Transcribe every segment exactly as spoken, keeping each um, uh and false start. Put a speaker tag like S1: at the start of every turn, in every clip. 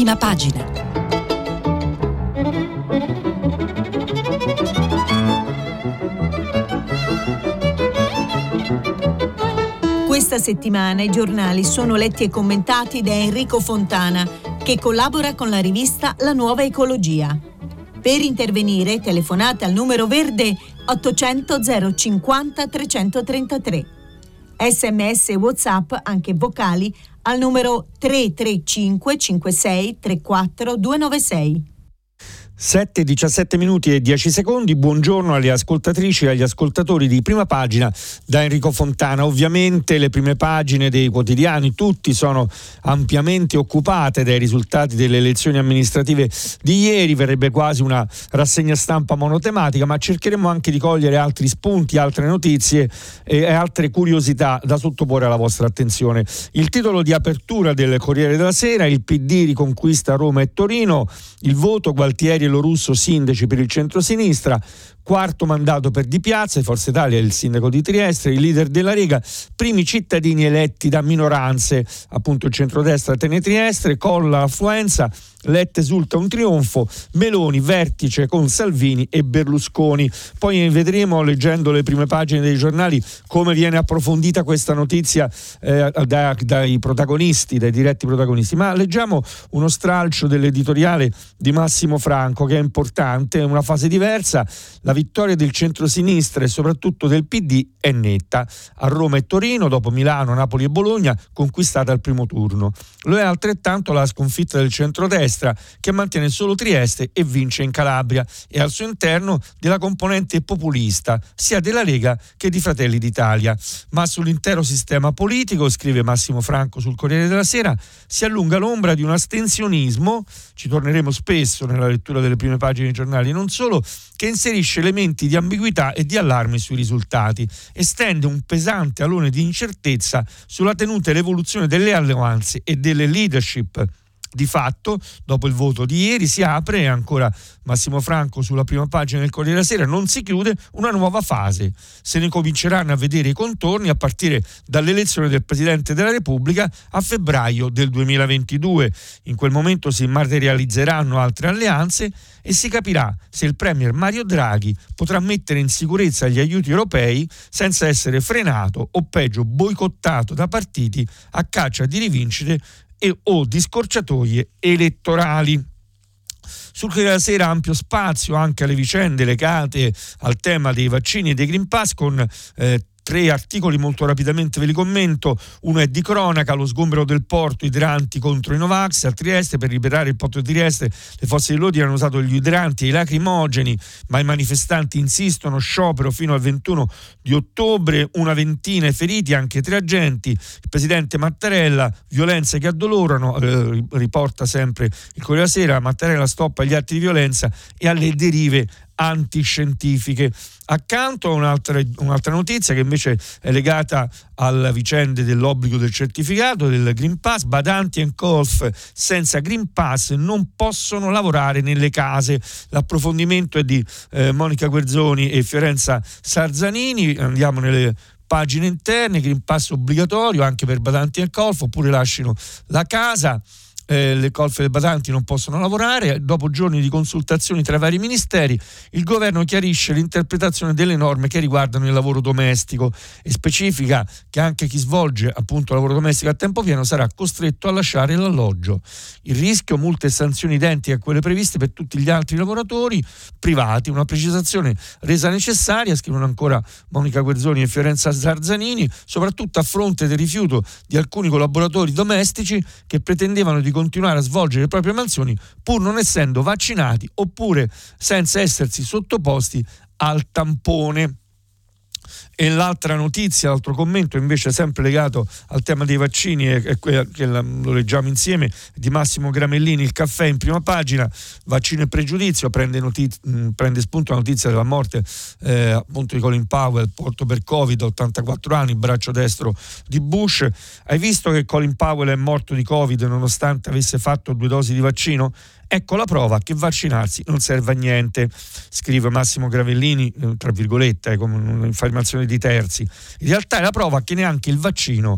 S1: Prima Pagina. Questa settimana i giornali sono letti e commentati da Enrico Fontana, che collabora con la rivista La Nuova Ecologia. Per intervenire telefonate al numero verde ottocento zero cinquanta trecentotrentatré. Sms e WhatsApp, anche vocali, al numero tre tre cinque cinque sei tre quattro due nove sei.
S2: sette, diciassette minuti e dieci secondi. Buongiorno alle ascoltatrici e agli ascoltatori di Prima Pagina da Enrico Fontana. Ovviamente le prime pagine dei quotidiani tutti sono ampiamente occupate dai risultati delle elezioni amministrative di ieri. Verrebbe quasi una rassegna stampa monotematica, ma cercheremo anche di cogliere altri spunti, altre notizie e altre curiosità da sottoporre alla vostra attenzione. Il titolo di apertura del Corriere della Sera: il P D riconquista Roma e Torino, il voto Gualtieri e Lo Russo sindaci per il centrosinistra, quarto mandato per Di Piazza, Forza Italia il sindaco di Trieste, il leader della Lega, primi cittadini eletti da minoranze, appunto il centrodestra tiene Trieste, colla l'affluenza, Letta esulta un trionfo, Meloni vertice con Salvini e Berlusconi. Poi vedremo, leggendo le prime pagine dei giornali, come viene approfondita questa notizia eh, da, dai protagonisti, dai diretti protagonisti. Ma leggiamo uno stralcio dell'editoriale di Massimo Franco, che è importante, è una fase diversa. La vittoria del centrosinistra e soprattutto del P D è netta. A Roma e Torino, dopo Milano, Napoli e Bologna, conquistata al primo turno. Lo è altrettanto la sconfitta del centrodestra, che mantiene solo Trieste e vince in Calabria, e al suo interno della componente populista sia della Lega che di Fratelli d'Italia. Ma sull'intero sistema politico, scrive Massimo Franco sul Corriere della Sera, si allunga l'ombra di un astensionismo, ci torneremo spesso nella lettura delle prime pagine dei giornali, non solo, che inserisce elementi di ambiguità e di allarme sui risultati, estende un pesante alone di incertezza sulla tenuta e l'evoluzione delle alleanze e delle leadership. Di fatto, dopo il voto di ieri, si apre, ancora Massimo Franco sulla prima pagina del Corriere della Sera, non si chiude una nuova fase. Se ne cominceranno a vedere i contorni a partire dall'elezione del Presidente della Repubblica a febbraio del duemilaventidue. In quel momento si materializzeranno altre alleanze e si capirà se il Premier Mario Draghi potrà mettere in sicurezza gli aiuti europei senza essere frenato o peggio boicottato da partiti a caccia di rivincite e o di scorciatoie elettorali. Sul Corriere della Sera ampio spazio anche alle vicende legate al tema dei vaccini e dei Green Pass, con eh, tre articoli molto rapidamente ve li commento. Uno è di cronaca: lo sgombero del porto, idranti contro i Novax. A Trieste, per liberare il porto di Trieste, le forze dell'ordine hanno usato gli idranti e i lacrimogeni, ma i manifestanti insistono, sciopero fino al ventuno di ottobre, una ventina i feriti, anche tre agenti. Il presidente Mattarella, violenze che addolorano, eh, riporta sempre il Corriere della Sera. Mattarella stoppa gli atti di violenza e alle derive antiscientifiche. Accanto a un'altra, un'altra notizia che invece è legata alla vicenda dell'obbligo del certificato del Green Pass: badanti e colf senza Green Pass non possono lavorare nelle case. L'approfondimento è di eh, Monica Guerzoni e Fiorenza Sarzanini. Andiamo nelle pagine interne. Green Pass obbligatorio anche per badanti e colf, oppure lasciano la casa. Eh, le colf e le badanti non possono lavorare. Dopo giorni di consultazioni tra i vari ministeri, il governo chiarisce l'interpretazione delle norme che riguardano il lavoro domestico e specifica che anche chi svolge appunto lavoro domestico a tempo pieno sarà costretto a lasciare l'alloggio. Il rischio: multe e sanzioni identiche a quelle previste per tutti gli altri lavoratori privati. Una precisazione resa necessaria, scrivono ancora Monica Guerzoni e Fiorenza Zarzanini, soprattutto a fronte del rifiuto di alcuni collaboratori domestici che pretendevano di continuare a svolgere le proprie mansioni pur non essendo vaccinati oppure senza essersi sottoposti al tampone. E l'altra notizia, l'altro commento invece sempre legato al tema dei vaccini è, è quella che lo leggiamo insieme, di Massimo Gramellini, Il Caffè, in prima pagina. Vaccino e pregiudizio, prende, notiz- prende spunto la notizia della morte eh, appunto di Colin Powell, morto per Covid, ottantaquattro anni, braccio destro di Bush. Hai visto che Colin Powell è morto di Covid nonostante avesse fatto due dosi di vaccino? Ecco la prova che vaccinarsi non serve a niente, scrive Massimo Gravellini, tra virgolette, come un'informazione di terzi. In realtà è la prova che neanche il vaccino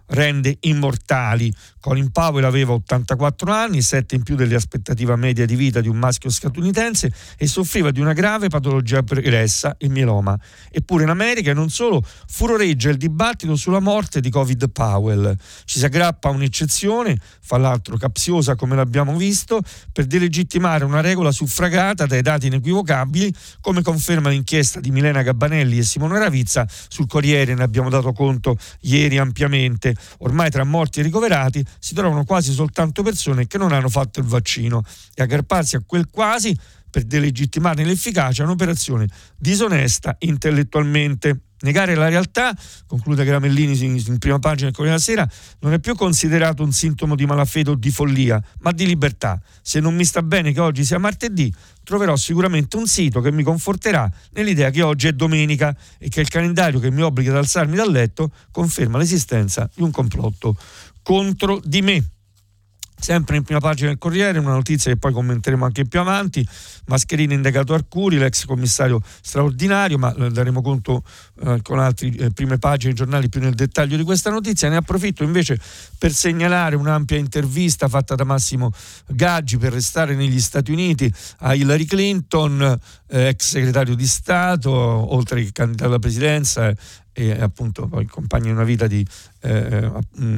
S2: rende immortali. Colin Powell aveva ottantaquattro anni, sette in più delle aspettative media di vita di un maschio statunitense, e soffriva di una grave patologia pregressa, il mieloma. Eppure in America, e non solo, furoreggia il dibattito sulla morte di Covid Powell. Ci si aggrappa a un'eccezione, fra l'altro capziosa come l'abbiamo visto, per delegittimare una regola suffragata dai dati inequivocabili, come conferma l'inchiesta di Milena Gabbanelli e Simone Ravizza sul Corriere, ne abbiamo dato conto ieri ampiamente. Ormai tra morti e ricoverati si trovano quasi soltanto persone che non hanno fatto il vaccino, e aggrapparsi a quel quasi per delegittimarne l'efficacia è un'operazione disonesta intellettualmente. Negare la realtà, conclude Gramellini in prima pagina del Corriere della Sera, non è più considerato un sintomo di malafede o di follia, ma di libertà. Se non mi sta bene che oggi sia martedì, troverò sicuramente un sito che mi conforterà nell'idea che oggi è domenica e che il calendario che mi obbliga ad alzarmi dal letto conferma l'esistenza di un complotto contro di me. Sempre in prima pagina del Corriere, una notizia che poi commenteremo anche più avanti: Mascherini indagato Arcuri, l'ex commissario straordinario, ma daremo conto eh, con altre eh, prime pagine dei giornali più nel dettaglio di questa notizia. Ne approfitto invece per segnalare un'ampia intervista fatta da Massimo Gaggi, per restare negli Stati Uniti, a Hillary Clinton, eh, ex segretario di Stato, oltre che candidato alla presidenza, e appunto poi compagno di una vita di, eh,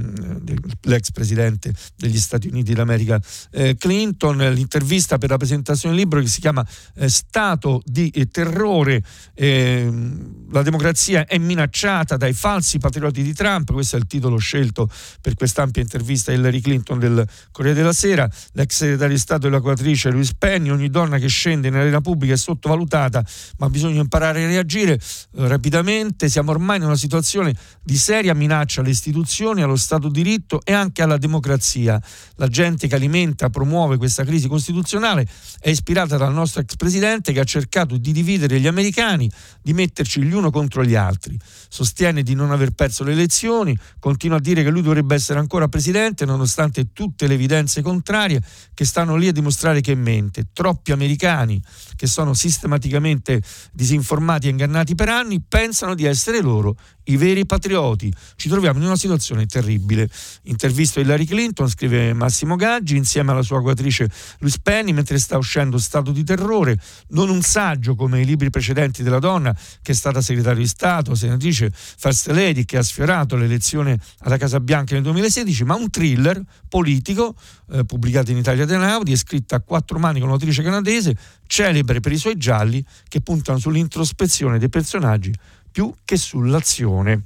S2: dell'ex presidente degli Stati Uniti d'America eh, Clinton. L'intervista per la presentazione del libro, che si chiama eh, Stato di eh, terrore, eh, la democrazia è minacciata dai falsi patrioti di Trump. Questo è il titolo scelto per quest'ampia intervista a Hillary Clinton del Corriere della Sera. L'ex segretario di Stato e l'equatrice Louise Penny: ogni donna che scende nell'arena pubblica è sottovalutata, ma bisogna imparare a reagire eh, rapidamente. Siamo ormai in una situazione di seria minaccia alle istituzioni, allo Stato di diritto e anche alla democrazia. La gente che alimenta, promuove questa crisi costituzionale è ispirata dal nostro ex presidente, che ha cercato di dividere gli americani, di metterci gli uno contro gli altri. Sostiene di non aver perso le elezioni, continua a dire che lui dovrebbe essere ancora presidente nonostante tutte le evidenze contrarie che stanno lì a dimostrare che mente. Troppi americani, che sono sistematicamente disinformati e ingannati per anni, pensano di essere loro i veri patrioti. Ci troviamo in una situazione terribile. Intervisto Hillary Clinton, scrive Massimo Gaggi, insieme alla sua coautrice Louise Penny, mentre sta uscendo Stato di terrore, non un saggio come i libri precedenti della donna che è stata segretario di Stato, senatrice, first lady, che ha sfiorato l'elezione alla Casa Bianca nel duemilasedici, ma un thriller politico eh, pubblicato in Italia da Einaudi e scritto a quattro mani con un'autrice canadese, celebre per i suoi gialli che puntano sull'introspezione dei personaggi più che sull'azione.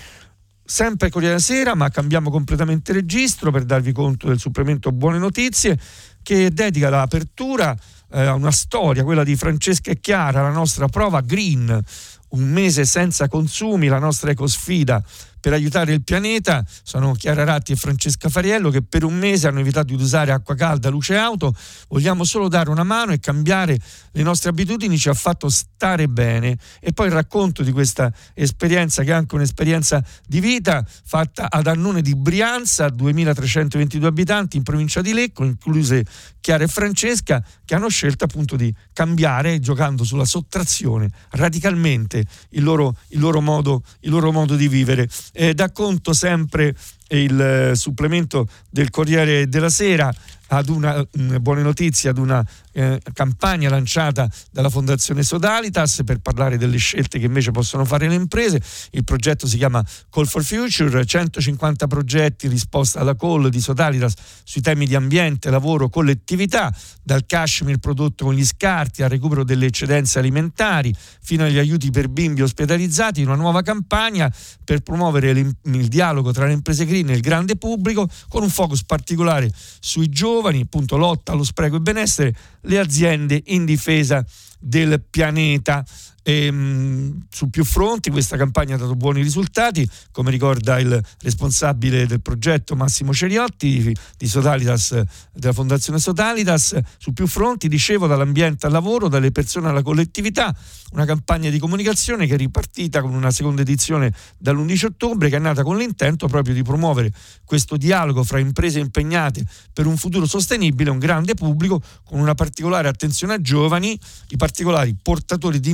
S2: Sempre Corriere della Sera, ma cambiamo completamente registro per darvi conto del supplemento Buone Notizie, che dedica l'apertura eh, a una storia, quella di Francesca e Chiara, la nostra prova green, un mese senza consumi, la nostra ecosfida per aiutare il pianeta. Sono Chiara Ratti e Francesca Fariello, che per un mese hanno evitato di usare acqua calda, luce auto. Vogliamo solo dare una mano e cambiare le nostre abitudini ci ha fatto stare bene. E poi il racconto di questa esperienza, che è anche un'esperienza di vita, fatta ad Annone di Brianza, duemilatrecentoventidue abitanti in provincia di Lecco, incluse Chiara e Francesca, che hanno scelto appunto di cambiare, giocando sulla sottrazione, radicalmente il loro, il loro, modo, il loro modo di vivere. Eh, dà conto sempre il eh, supplemento del Corriere della Sera ad una mh, buone notizie, ad una eh, campagna lanciata dalla Fondazione Sodalitas per parlare delle scelte che invece possono fare le imprese. Il progetto si chiama Call for Future, centocinquanta progetti in risposta alla call di Sodalitas sui temi di ambiente, lavoro, collettività, dal cashmere prodotto con gli scarti al recupero delle eccedenze alimentari fino agli aiuti per bimbi ospedalizzati, una nuova campagna per promuovere il dialogo tra le imprese green e il grande pubblico, con un focus particolare sui giovani, appunto lotta allo spreco e benessere, le aziende in difesa del pianeta. E, mh, su più fronti questa campagna ha dato buoni risultati, come ricorda il responsabile del progetto Massimo Ceriotti di, di Sodalitas, della Fondazione Sodalitas. Su più fronti, dicevo, dall'ambiente al lavoro, dalle persone alla collettività, una campagna di comunicazione che è ripartita con una seconda edizione dall'undici ottobre, che è nata con l'intento proprio di promuovere questo dialogo fra imprese impegnate per un futuro sostenibile e un grande pubblico, con una particolare attenzione a giovani, i particolari portatori di interesse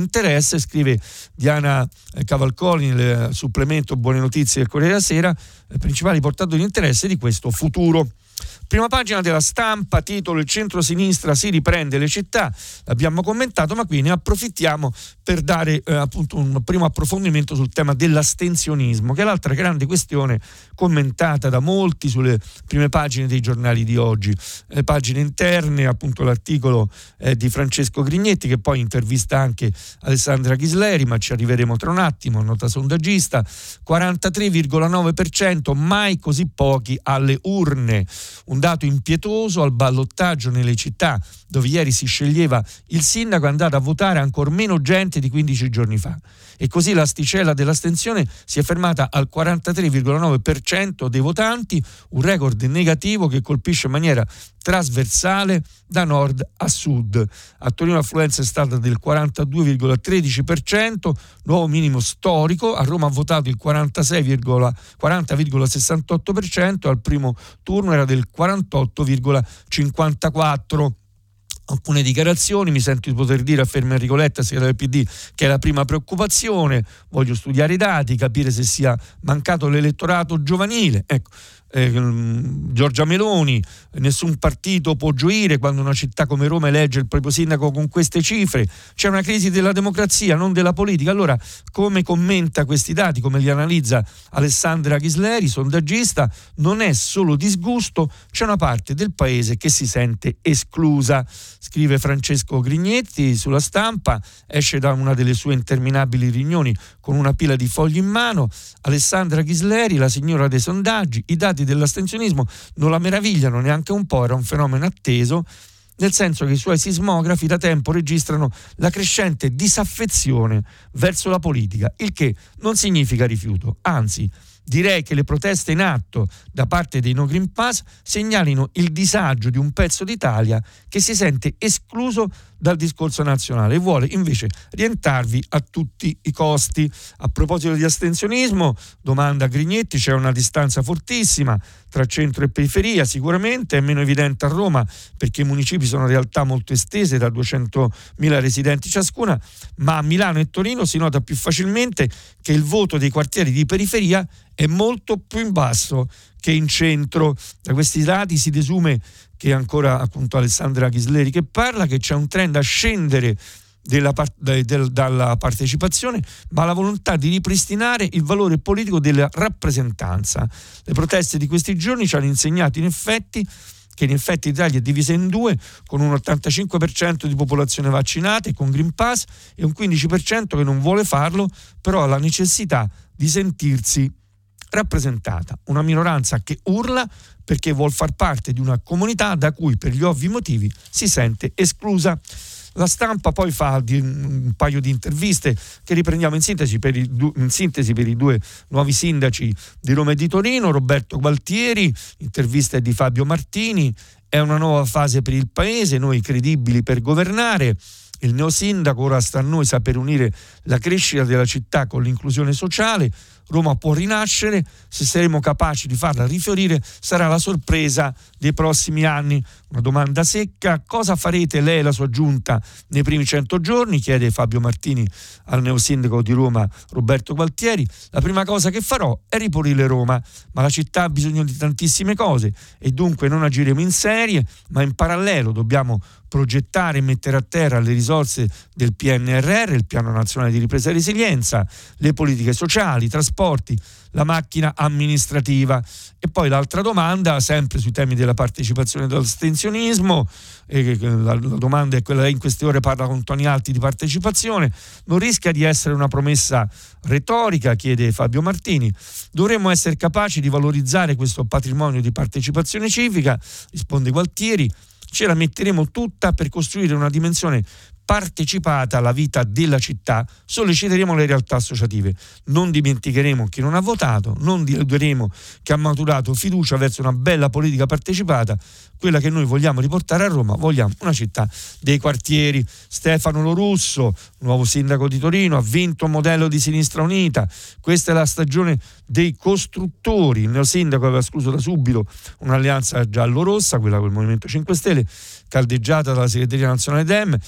S2: S, scrive Diana Cavalcoli nel supplemento Buone Notizie del Corriere della Sera, i principali portatori di interesse di questo futuro. Prima pagina della Stampa, titolo: il centro-sinistra si riprende le città. L'abbiamo commentato, ma qui ne approfittiamo per dare eh, appunto un primo approfondimento sul tema dell'astensionismo, che è l'altra grande questione commentata da molti sulle prime pagine dei giornali di oggi. Le pagine interne, appunto l'articolo eh, di Francesco Grignetti, che poi intervista anche Alessandra Ghisleri, ma ci arriveremo tra un attimo. Nota sondaggista: quarantatré virgola nove per cento, mai così pochi alle urne. Un dato impietoso: al ballottaggio nelle città dove ieri si sceglieva il sindaco è andata a votare ancor meno gente di quindici giorni fa, e così l'asticella dell'astensione si è fermata al quarantatré virgola nove per cento dei votanti, un record negativo che colpisce in maniera trasversale da nord a sud. A Torino l'affluenza è stata del quarantadue virgola tredici per cento, nuovo minimo storico. A Roma ha votato il quarantasei quaranta virgola sessantotto per cento, al primo turno era del quarantotto virgola cinquantaquattro per cento. Alcune dichiarazioni: mi sento di poter dire, afferma Enrico Letta, segretario del P D, che è la prima preoccupazione, voglio studiare i dati, capire se sia mancato l'elettorato giovanile. Ecco, eh, Giorgia Meloni: nessun partito può gioire quando una città come Roma elegge il proprio sindaco con queste cifre, c'è una crisi della democrazia, non della politica. Allora, come commenta questi dati, come li analizza Alessandra Ghisleri, sondaggista? Non è solo disgusto, c'è una parte del paese che si sente esclusa, scrive Francesco Grignetti sulla Stampa. Esce da una delle sue interminabili riunioni con una pila di fogli in mano Alessandra Ghisleri, la signora dei sondaggi. I dati dell'astensionismo non la meravigliano neanche un po', era un fenomeno atteso, nel senso che i suoi sismografi da tempo registrano la crescente disaffezione verso la politica, il che non significa rifiuto, anzi direi che le proteste in atto da parte dei No Green Pass segnalino il disagio di un pezzo d'Italia che si sente escluso dal discorso nazionale e vuole invece rientrarvi a tutti i costi. A proposito di astensionismo, domanda Grignetti, c'è una distanza fortissima tra centro e periferia, sicuramente è meno evidente a Roma perché i municipi sono realtà molto estese, da duecentomila residenti ciascuna, ma a Milano e Torino si nota più facilmente che il voto dei quartieri di periferia è molto più in basso che in centro. Da questi dati si desume, che è ancora appunto Alessandra Ghisleri che parla, che c'è un trend a scendere della part- del, dalla partecipazione, ma la volontà di ripristinare il valore politico della rappresentanza. Le proteste di questi giorni ci hanno insegnato in effetti che in effetti l'Italia è divisa in due, con un ottantacinque per cento di popolazione vaccinata e con Green Pass e un quindici per cento che non vuole farlo, però ha la necessità di sentirsi rappresentata. Una minoranza che urla perché vuol far parte di una comunità da cui per gli ovvi motivi si sente esclusa. La Stampa poi fa di un paio di interviste che riprendiamo in sintesi, per i du- in sintesi per i due nuovi sindaci di Roma e di Torino. Roberto Gualtieri, intervista di Fabio Martini: è una nuova fase per il paese, noi credibili per governare. Il neosindaco: ora sta a noi saper unire la crescita della città con l'inclusione sociale. Roma può rinascere, se saremo capaci di farla rifiorire sarà la sorpresa dei prossimi anni. Una domanda secca: cosa farete lei e la sua giunta nei primi cento giorni? Chiede Fabio Martini al neosindaco di Roma Roberto Gualtieri. La prima cosa che farò è ripulire Roma, ma la città ha bisogno di tantissime cose e dunque non agiremo in serie, ma in parallelo dobbiamo progettare e mettere a terra le risorse del P N R R, il Piano Nazionale di Ripresa e Resilienza, le politiche sociali, i trasporti, la macchina amministrativa. E poi l'altra domanda, sempre sui temi della partecipazione e dell'astensionismo, e la, la domanda è quella: lei in queste ore parla con toni alti di partecipazione, non rischia di essere una promessa retorica? Chiede Fabio Martini. Dovremmo essere capaci di valorizzare questo patrimonio di partecipazione civica, risponde Gualtieri. Ce la metteremo tutta per costruire una dimensione partecipata alla vita della città, solleciteremo le realtà associative, non dimenticheremo chi non ha votato, non deluderemo chi ha maturato fiducia verso una bella politica partecipata, quella che noi vogliamo riportare a Roma. Vogliamo una città dei quartieri. Stefano Lorusso, nuovo sindaco di Torino, ha vinto un modello di Sinistra Unita. Questa è la stagione dei costruttori. Il neosindaco aveva escluso da subito un'alleanza giallo-rossa, quella col Movimento cinque Stelle, caldeggiata dalla segreteria nazionale Dem.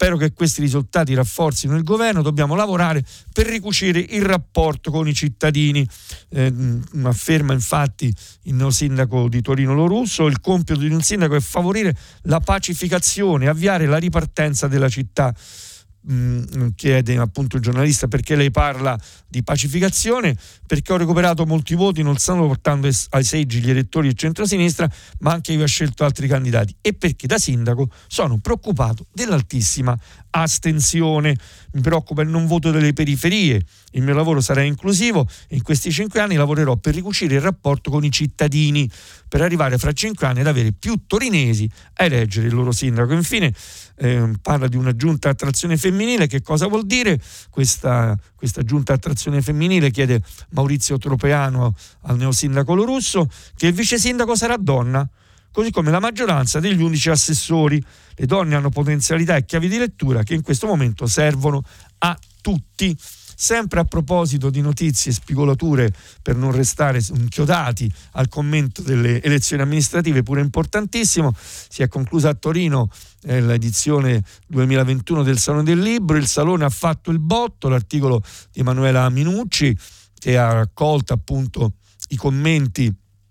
S2: Spero che questi risultati rafforzino il governo. Dobbiamo lavorare per ricucire il rapporto con i cittadini. Eh, afferma infatti il neosindaco di Torino Lorusso. Il compito di un sindaco è favorire la pacificazione, avviare la ripartenza della città. Mm, chiede appunto il giornalista perché lei parla di pacificazione. Perché ho recuperato molti voti, non solo portando ai seggi gli elettori del centrosinistra, ma anche io ho scelto altri candidati, e perché da sindaco sono preoccupato dell'altissima astensione. Mi preoccupa il non voto delle periferie. Il mio lavoro sarà inclusivo e in questi cinque anni lavorerò per ricucire il rapporto con i cittadini, per arrivare fra cinque anni ad avere più torinesi a eleggere il loro sindaco. Infine eh, parla di una giunta attrazione femminile. Che cosa vuol dire questa, questa giunta attrazione femminile? Chiede Maurizio Tropeano al neosindaco Lorusso. Che il vice sindaco sarà donna, così come la maggioranza degli undici assessori. Le donne hanno potenzialità e chiavi di lettura che in questo momento servono a tutti. Sempre a proposito di notizie e spigolature, per non restare inchiodati al commento delle elezioni amministrative, pure importantissimo, si è conclusa a Torino eh, l'edizione duemilaventuno del Salone del Libro. Il Salone ha fatto il botto, l'articolo di Emanuela Minucci, che ha raccolto appunto i commenti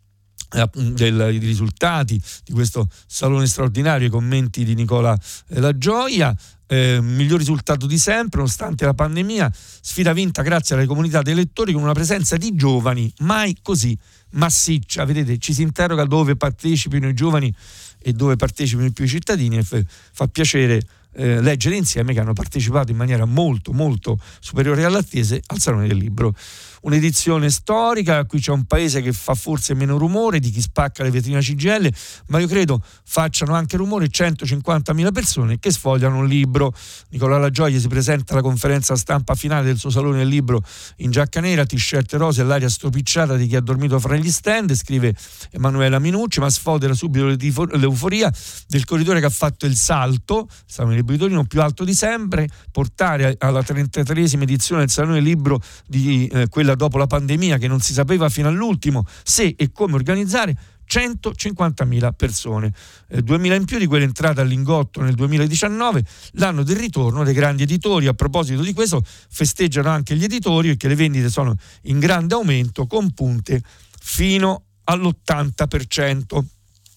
S2: dei risultati di questo salone straordinario, i commenti di Nicola eh, La Gioia. Eh, miglior risultato di sempre nonostante la pandemia, sfida vinta grazie alle comunità dei lettori con una presenza di giovani mai così massiccia. Vedete, ci si interroga dove partecipino i giovani e dove partecipino più i cittadini, e f- fa piacere eh, leggere insieme che hanno partecipato in maniera molto molto superiore alle attese al Salone del Libro. Un'edizione storica, qui c'è un paese che fa forse meno rumore di chi spacca le vetrine C G I L, ma io credo facciano anche rumore centocinquantamila persone che sfogliano un libro. Nicola La Gioia si presenta alla conferenza stampa finale del suo Salone del Libro in giacca nera, t-shirt rosa e l'aria stropicciata di chi ha dormito fra gli stand, scrive Emanuela Minucci, ma sfodera subito l'euforia del corridore che ha fatto il salto, Salone del Libro di Torino, più alto di sempre, portare alla trentatreesima edizione del Salone del Libro di eh, quella dopo la pandemia, che non si sapeva fino all'ultimo se e come organizzare, centocinquantamila persone, eh, duemila in più di quelle entrate al Lingotto nel duemiladiciannove, l'anno del ritorno dei grandi editori. A proposito di questo, festeggiano anche gli editori, perché le vendite sono in grande aumento con punte fino all'ottanta per cento.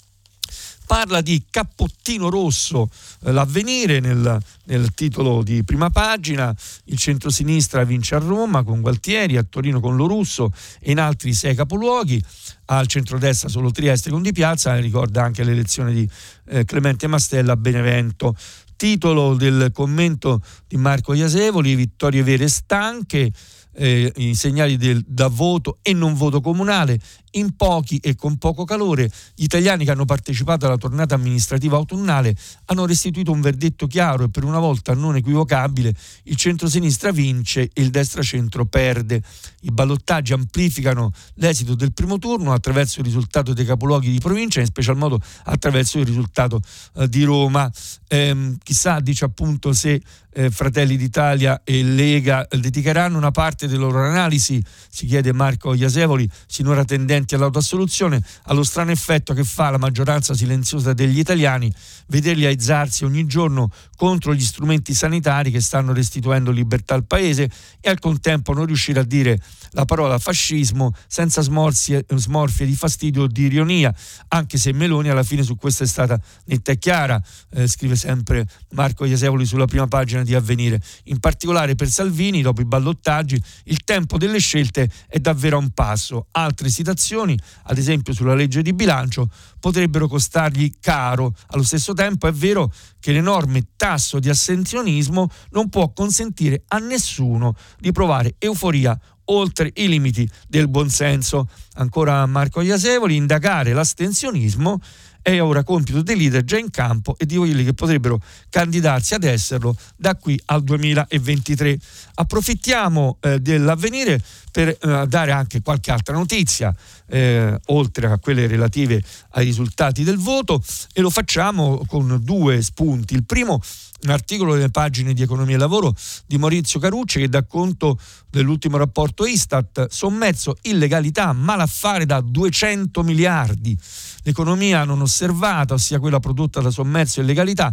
S2: Parla di cappottino rosso, eh, l'Avvenire nel, nel titolo di prima pagina. Il centrosinistra vince a Roma con Gualtieri, a Torino con Lorusso e in altri sei capoluoghi. Al centrodestra solo Trieste con Di Piazza, ricorda anche l'elezione di eh, Clemente Mastella a Benevento. Titolo del commento di Marco Iasevoli: vittorie vere e stanche, eh, i segnali del, da voto e non voto comunale. In pochi e con poco calore, gli italiani che hanno partecipato alla tornata amministrativa autunnale hanno restituito un verdetto chiaro e per una volta non equivocabile: il centrosinistra vince e il destra-centro perde. I ballottaggi amplificano l'esito del primo turno attraverso il risultato dei capoluoghi di provincia, in special modo attraverso il risultato eh, di Roma. Ehm, chissà, dice appunto, se eh, Fratelli d'Italia e Lega dedicheranno una parte delle loro analisi, si chiede Marco Iasevoli, sinora tendenti all'autoassoluzione, allo strano effetto che fa la maggioranza silenziosa degli italiani vederli aizzarsi ogni giorno contro gli strumenti sanitari che stanno restituendo libertà al paese e al contempo non riuscire a dire la parola fascismo senza smorfie, smorfie di fastidio o di ironia, anche se Meloni alla fine su questo è stata netta e chiara, eh, scrive sempre Marco Iasevoli sulla prima pagina di Avvenire. In particolare per Salvini, dopo i ballottaggi, il tempo delle scelte è davvero a un passo. Altre citazioni, ad esempio sulla legge di bilancio, potrebbero costargli caro. Allo stesso tempo è vero che l'enorme tasso di astensionismo non può consentire a nessuno di provare euforia oltre i limiti del buonsenso. Ancora Marco Iasevoli: indagare l'astensionismo è ora compito dei leader già in campo e di quelli che potrebbero candidarsi ad esserlo da qui al duemilaventitré. Approfittiamo eh, dell'Avvenire per eh, dare anche qualche altra notizia, eh, oltre a quelle relative ai risultati del voto, e lo facciamo con due spunti. Il primo, un articolo nelle pagine di Economia e Lavoro di Maurizio Carucci, che dà conto dell'ultimo rapporto Istat: sommerso illegalità, malaffare da duecento miliardi. L'economia non osservata, ossia quella prodotta da sommerso e illegalità,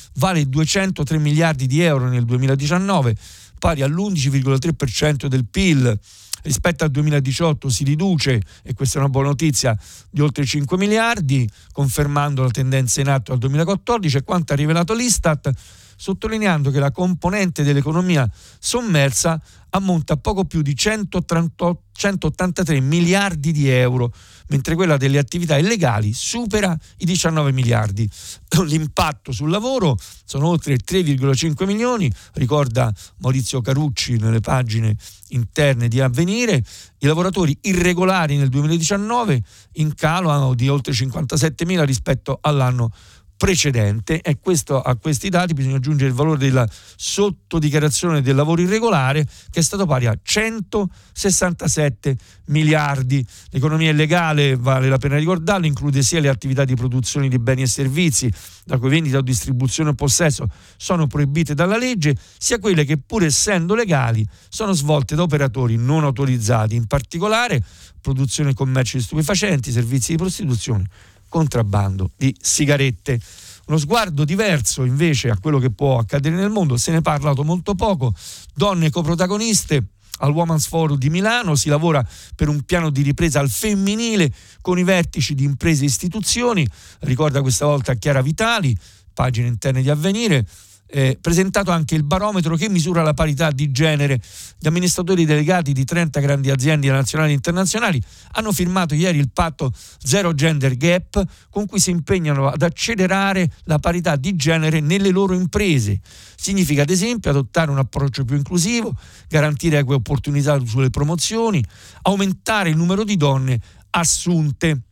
S2: vale duecentotre miliardi di euro nel duemiladiciannove, pari all'undici virgola tre per cento del P I L. Rispetto al duemiladiciotto si riduce, e questa è una buona notizia, di oltre cinque miliardi, confermando la tendenza in atto al duemilaquattordici, e quanto ha rivelato l'Istat, sottolineando che la componente dell'economia sommersa ammonta a poco più di centottantatré miliardi di euro, mentre quella delle attività illegali supera i diciannove miliardi. L'impatto sul lavoro sono oltre tre virgola cinque milioni, ricorda Maurizio Carucci nelle pagine interne di Avvenire. I lavoratori irregolari nel duemiladiciannove in calo di oltre cinquantasettemila rispetto all'anno precedente, e questo, a questi dati bisogna aggiungere il valore della sottodichiarazione del lavoro irregolare, che è stato pari a centosessantasette miliardi. L'economia illegale, vale la pena ricordarlo, include sia le attività di produzione di beni e servizi, la cui vendita o distribuzione o possesso sono proibite dalla legge, sia quelle che, pur essendo legali, sono svolte da operatori non autorizzati, in particolare produzione e commercio di stupefacenti, servizi di prostituzione, contrabbando di sigarette. Uno sguardo diverso invece a quello che può accadere nel mondo, se ne è parlato molto poco. Donne coprotagoniste al Women's Forum di Milano, si lavora per un piano di ripresa al femminile con i vertici di imprese e istituzioni, ricorda questa volta Chiara Vitali, pagine interne di Avvenire. Eh, presentato anche il barometro che misura la parità di genere. Gli amministratori delegati di trenta grandi aziende nazionali e internazionali hanno firmato ieri il patto Zero Gender Gap, con cui si impegnano ad accelerare la parità di genere nelle loro imprese. Significa, ad esempio, adottare un approccio più inclusivo, garantire eque opportunità sulle promozioni, aumentare il numero di donne assunte.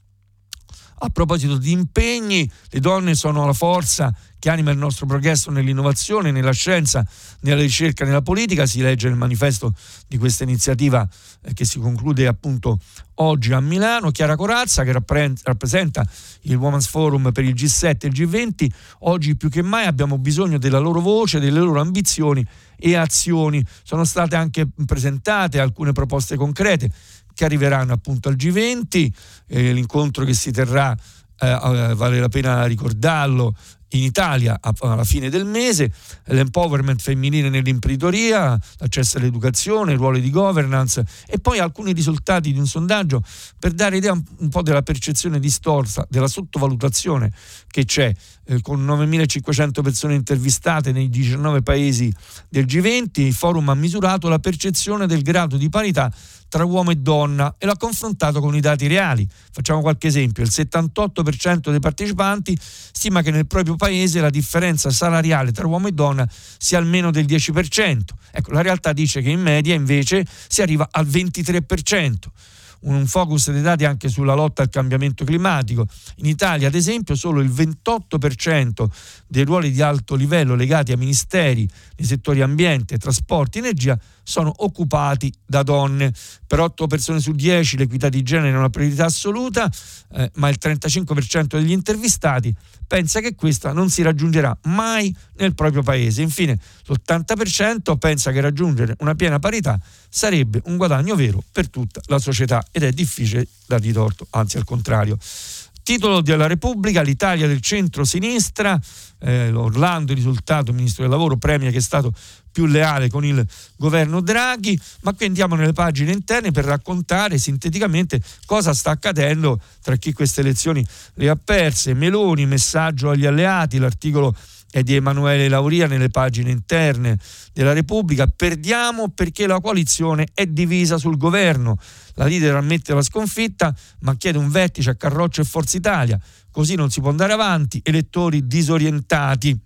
S2: A proposito di impegni, le donne sono la forza che anima il nostro progresso nell'innovazione, nella scienza, nella ricerca, nella politica. Si legge nel manifesto di questa iniziativa eh, che si conclude appunto oggi a Milano. Chiara Corazza, che rappresenta il Women's Forum per il G sette e il G venti, oggi più che mai abbiamo bisogno della loro voce, delle loro ambizioni e azioni. Sono state anche presentate alcune proposte concrete che arriveranno appunto al G venti, eh, l'incontro che si terrà, eh, vale la pena ricordarlo, in Italia alla fine del mese, l'empowerment femminile nell'imprenditoria, l'accesso all'educazione, i ruoli di governance, e poi alcuni risultati di un sondaggio per dare idea un po' della percezione distorta, della sottovalutazione che c'è, eh, con novemilacinquecento persone intervistate nei diciannove paesi del G venti. Il forum ha misurato la percezione del grado di parità tra uomo e donna e l'ha confrontato con i dati reali. Facciamo qualche esempio: il settantotto per cento dei partecipanti stima che nel proprio paese la differenza salariale tra uomo e donna sia almeno del dieci per cento. Ecco, la realtà dice che in media invece si arriva al ventitré per cento. Un focus dei dati anche sulla lotta al cambiamento climatico. In Italia, ad esempio, solo il ventotto per cento dei ruoli di alto livello legati a ministeri nei settori ambiente, trasporti, energia sono occupati da donne. Per otto persone su dieci l'equità di genere è una priorità assoluta, eh, ma il trentacinque per cento degli intervistati pensa che questa non si raggiungerà mai nel proprio paese. Infine, l'ottanta per cento pensa che raggiungere una piena parità sarebbe un guadagno vero per tutta la società, ed è difficile dargli torto, anzi al contrario. Titolo della Repubblica: l'Italia del centro-sinistra, eh, Orlando, il risultato, ministro del lavoro, premia che è stato più leale con il governo Draghi. Ma qui andiamo nelle pagine interne per raccontare sinteticamente cosa sta accadendo tra chi queste elezioni le ha perse. Meloni, messaggio agli alleati, l'articolo è di Emanuele Lauria nelle pagine interne della Repubblica. Perdiamo perché la coalizione è divisa sul governo. La leader ammette la sconfitta, ma chiede un vertice a Carroccio e Forza Italia. Così non si può andare avanti, elettori disorientati.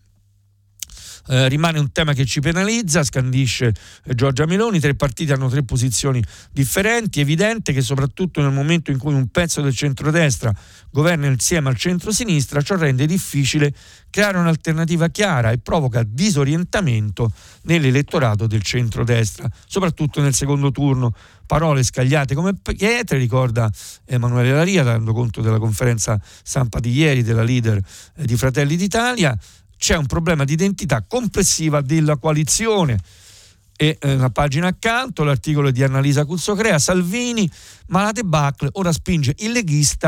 S2: Eh, rimane un tema che ci penalizza, scandisce eh, Giorgia Meloni. Tre partiti hanno tre posizioni differenti. È evidente che soprattutto nel momento in cui un pezzo del centrodestra governa insieme al centrosinistra, ciò rende difficile creare un'alternativa chiara e provoca disorientamento nell'elettorato del centrodestra, soprattutto nel secondo turno. Parole scagliate come pietre, ricorda Emanuele Lauria, dando conto della conferenza stampa di ieri della leader eh, di Fratelli d'Italia. C'è un problema di identità complessiva della coalizione. E eh, una pagina accanto l'articolo di Annalisa Cuzzocrea: Salvini, ma la debacle ora spinge il leghista,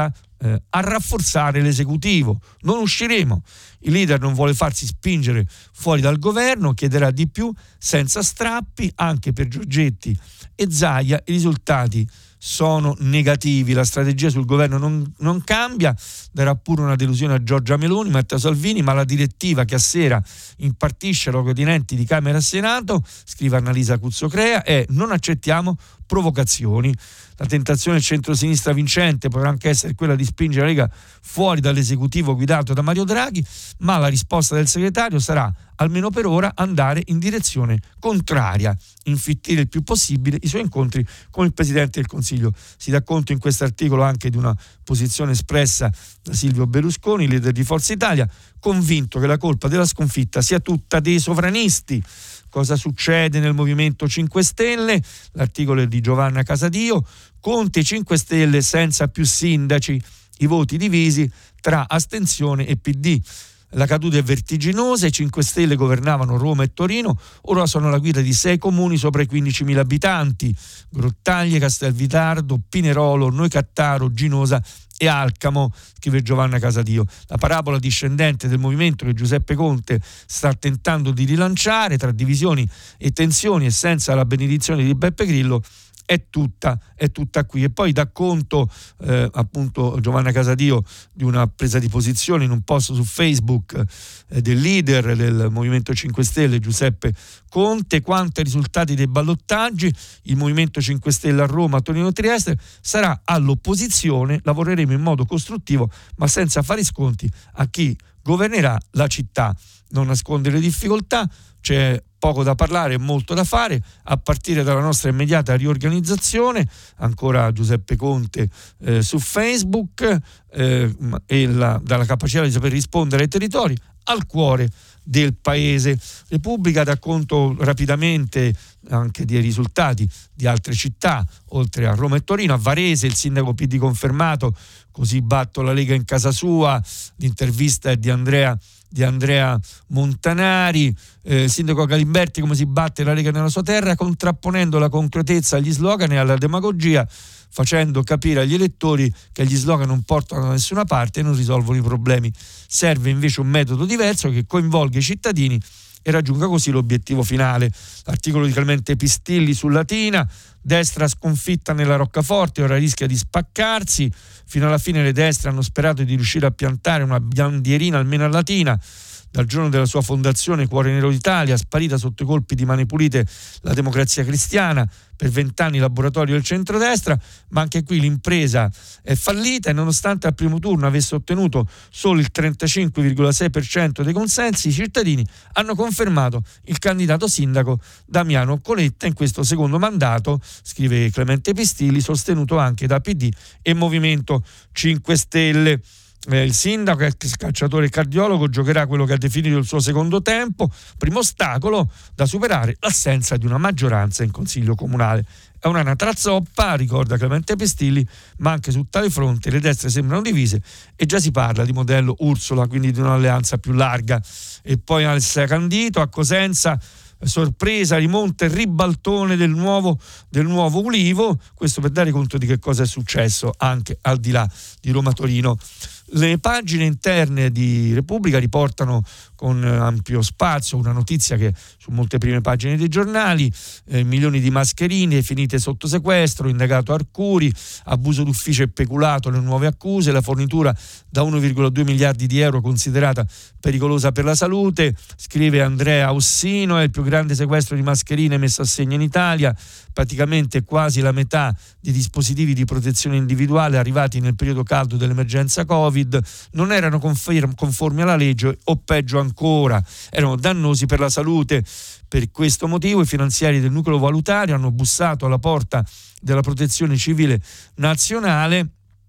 S2: eh, a rafforzare l'esecutivo. Non usciremo. Il leader non vuole farsi spingere fuori dal governo, chiederà di più senza strappi. Anche per Giorgetti e Zaia i risultati sono negativi, la strategia sul governo non, non cambia, darà pure una delusione a Giorgia Meloni, Matteo Salvini, ma la direttiva che a sera impartisce ai continenti di Camera e Senato, scrive Annalisa Cuzzocrea, è: non accettiamo provocazioni. La tentazione del centrosinistra vincente potrà anche essere quella di spingere la Lega fuori dall'esecutivo guidato da Mario Draghi, ma la risposta del segretario sarà, almeno per ora, andare in direzione contraria, infittire il più possibile i suoi incontri con il Presidente del Consiglio. Si dà conto in questo articolo anche di una posizione espressa da Silvio Berlusconi, leader di Forza Italia, convinto che la colpa della sconfitta sia tutta dei sovranisti. Cosa succede nel Movimento cinque Stelle? L'articolo è di Giovanna Casadio. Conte cinque Stelle senza più sindaci, i voti divisi tra astensione e P D. La caduta è vertiginosa, i cinque Stelle governavano Roma e Torino, ora sono alla guida di sei comuni sopra i quindicimila abitanti: Grottaglie, Castelvitardo, Pinerolo, Noicattaro, Ginosa e Alcamo, scrive Giovanna Casadio. La parabola discendente del movimento che Giuseppe Conte sta tentando di rilanciare, tra divisioni e tensioni e senza la benedizione di Beppe Grillo, è tutta, è tutta qui. E poi dà conto eh, appunto Giovanna Casadio di una presa di posizione in un post su Facebook eh, del leader del Movimento cinque Stelle Giuseppe Conte: quanto ai risultati dei ballottaggi, il Movimento cinque Stelle a Roma, Torino e Trieste sarà all'opposizione, lavoreremo in modo costruttivo ma senza fare sconti a chi governerà la città. Non nasconde le difficoltà, c'è poco da parlare e molto da fare, a partire dalla nostra immediata riorganizzazione, ancora Giuseppe Conte eh, su Facebook, eh, e la, dalla capacità di saper rispondere ai territori, al cuore del paese. Repubblica dà conto rapidamente anche dei risultati di altre città, oltre a Roma e Torino. A Varese il sindaco P D confermato, così batto la Lega in casa sua. L'intervista è di Andrea di Andrea Montanari. Eh, sindaco Galimberti: come si batte la Lega nella sua terra, contrapponendo la concretezza agli slogan e alla demagogia, facendo capire agli elettori che gli slogan non portano da nessuna parte e non risolvono i problemi. Serve invece un metodo diverso che coinvolga i cittadini e raggiunga così l'obiettivo finale. L'articolo di Clemente Pistilli su Latina: destra sconfitta nella roccaforte, ora rischia di spaccarsi. Fino alla fine le destre hanno sperato di riuscire a piantare una bandierina almeno a Latina. Dal giorno della sua fondazione, Cuore Nero d'Italia, sparita sotto i colpi di Mani Pulite la Democrazia Cristiana, per vent'anni laboratorio del centrodestra, ma anche qui l'impresa è fallita e nonostante al primo turno avesse ottenuto solo il trentacinque virgola sei per cento dei consensi, i cittadini hanno confermato il candidato sindaco Damiano Coletta in questo secondo mandato, scrive Clemente Pistilli, sostenuto anche da P D e Movimento cinque Stelle. Eh, il sindaco, ex calciatore e cardiologo, giocherà quello che ha definito il suo secondo tempo. Primo ostacolo da superare: l'assenza di una maggioranza in consiglio comunale. È un'anatra zoppa, ricorda Clemente Pistilli, ma anche su tale fronte le destre sembrano divise e già si parla di modello Ursula, quindi di un'alleanza più larga. E poi Alessia Candito a Cosenza: sorpresa, rimonta e ribaltone del nuovo, del nuovo Ulivo. Questo per dare conto di che cosa è successo anche al di là di Roma-Torino. Le pagine interne di Repubblica riportano con ampio spazio una notizia che su molte prime pagine dei giornali: eh, milioni di mascherine finite sotto sequestro, indagato Arcuri, abuso d'ufficio e peculato le nuove accuse, la fornitura da uno virgola due miliardi di euro considerata pericolosa per la salute. Scrive Andrea Ossino: è il più grande sequestro di mascherine messo a segno in Italia, praticamente quasi la metà di dispositivi di protezione individuale arrivati nel periodo caldo dell'emergenza Covid non erano conferm- conformi alla legge o peggio ancora, erano dannosi per la salute. Per questo motivo i finanziari del nucleo valutario hanno bussato alla porta della Protezione Civile Nazionale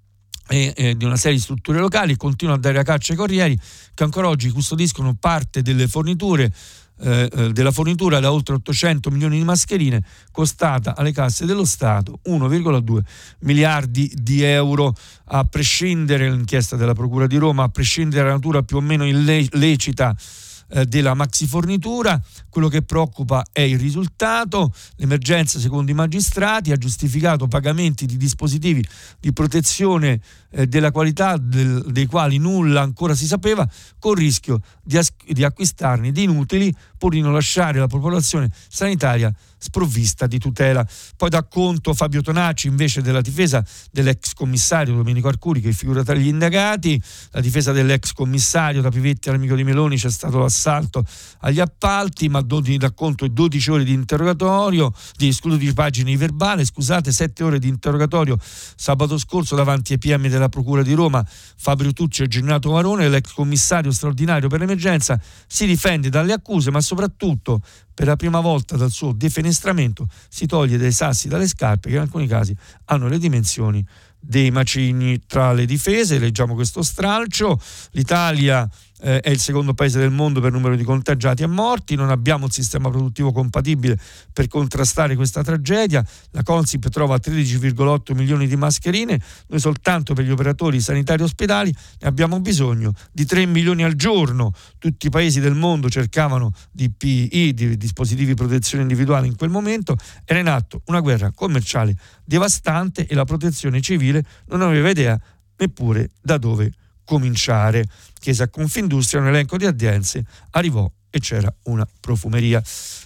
S2: e eh, di una serie di strutture locali e continuano a dare la caccia ai corrieri che ancora oggi custodiscono parte delle forniture eh, della fornitura da oltre ottocento milioni di mascherine, costata alle casse dello Stato uno virgola due miliardi di euro. A prescindere, l'inchiesta della Procura di Roma, a prescindere dalla natura più o meno illecita eh, della maxi fornitura. Quello che preoccupa è il risultato. L'emergenza, secondo i magistrati, ha giustificato pagamenti di dispositivi di protezione eh, della qualità del, dei quali nulla ancora si sapeva, con rischio di, as- di acquistarne di inutili pur di non lasciare la popolazione sanitaria sprovvista di tutela. Poi dà conto Fabio Tonacci invece della difesa dell'ex commissario Domenico Arcuri, che figura tra gli indagati. La difesa dell'ex commissario: da Pivetti all'amico di Meloni c'è stato l'assalto agli appalti, ma dà conto di dodici ore di interrogatorio, di dodici pagine di verbale, scusate, sette ore di interrogatorio sabato scorso davanti ai P M della Procura di Roma, Fabio Tucci e Gennato Varone. L'ex commissario straordinario per l'emergenza si difende dalle accuse, ma soprattutto per la prima volta dal suo defenestramento si toglie dei sassi dalle scarpe che in alcuni casi hanno le dimensioni dei macigni. Tra le difese leggiamo questo stralcio: l'Italia eh, è il secondo paese del mondo per numero di contagiati e morti, non abbiamo un sistema produttivo compatibile per contrastare questa tragedia, la Consip trova tredici virgola otto milioni di mascherine, noi soltanto per gli operatori sanitari ospedali ne abbiamo bisogno di tre milioni al giorno. Tutti i paesi del mondo cercavano di P I, di dispositivi di protezione individuale in quel momento, era in atto una guerra commerciale devastante e la protezione civile non aveva idea neppure da dove cominciare. Chiese a Confindustria un elenco di aziende, arrivò e c'era una profumeria.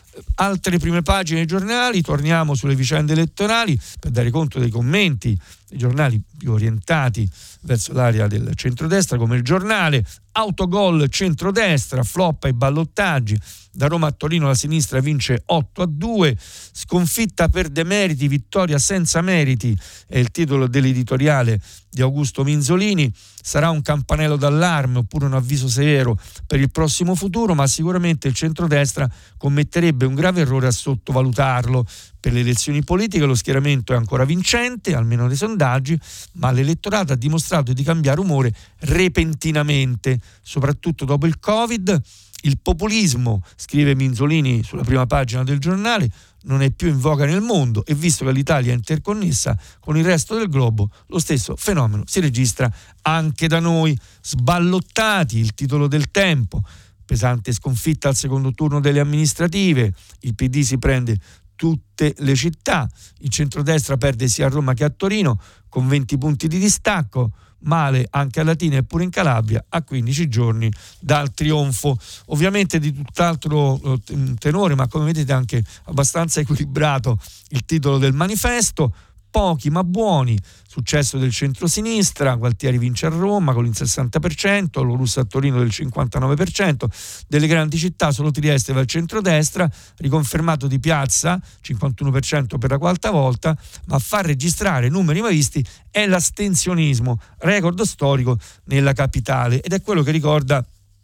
S2: Altre prime pagine dei giornali, torniamo sulle vicende elettorali per dare conto dei commenti dei giornali più orientati verso l'area del centrodestra, come Il Giornale: autogol centrodestra, flop ai ballottaggi, da Roma a Torino la sinistra vince otto a due, sconfitta per demeriti, vittoria senza meriti è il titolo dell'editoriale di Augusto Minzolini. Sarà un campanello d'allarme oppure un avviso severo per il prossimo futuro, ma sicuramente il centrodestra commetterebbe un grave errore a sottovalutarlo. Per le elezioni politiche lo schieramento è ancora vincente, almeno nei sondaggi, ma l'elettorato ha dimostrato di cambiare umore repentinamente, soprattutto dopo il Covid. Il populismo, scrive Minzolini sulla prima pagina del giornale, non è più in voga nel mondo e visto che l'Italia è interconnessa con il resto del globo, lo stesso fenomeno si registra anche da noi. Sballottati, il titolo del Tempo: pesante sconfitta al secondo turno delle amministrative, il P D si prende tutte le città, il centrodestra perde sia a Roma che a Torino con venti punti di distacco, male anche a Latina e pure in Calabria a quindici giorni dal trionfo. Ovviamente di tutt'altro tenore, ma come vedete anche abbastanza equilibrato il titolo del Manifesto: pochi ma buoni, successo del centrosinistra, Gualtieri vince a Roma con il sessanta per cento, lo Russo a Torino del cinquantanove per cento, delle grandi città solo Trieste va al centrodestra, riconfermato Di Piazza, cinquantuno per cento per la quarta volta, ma a far registrare numeri mai visti è l'astensionismo, record storico nella capitale, ed è quello che ricorda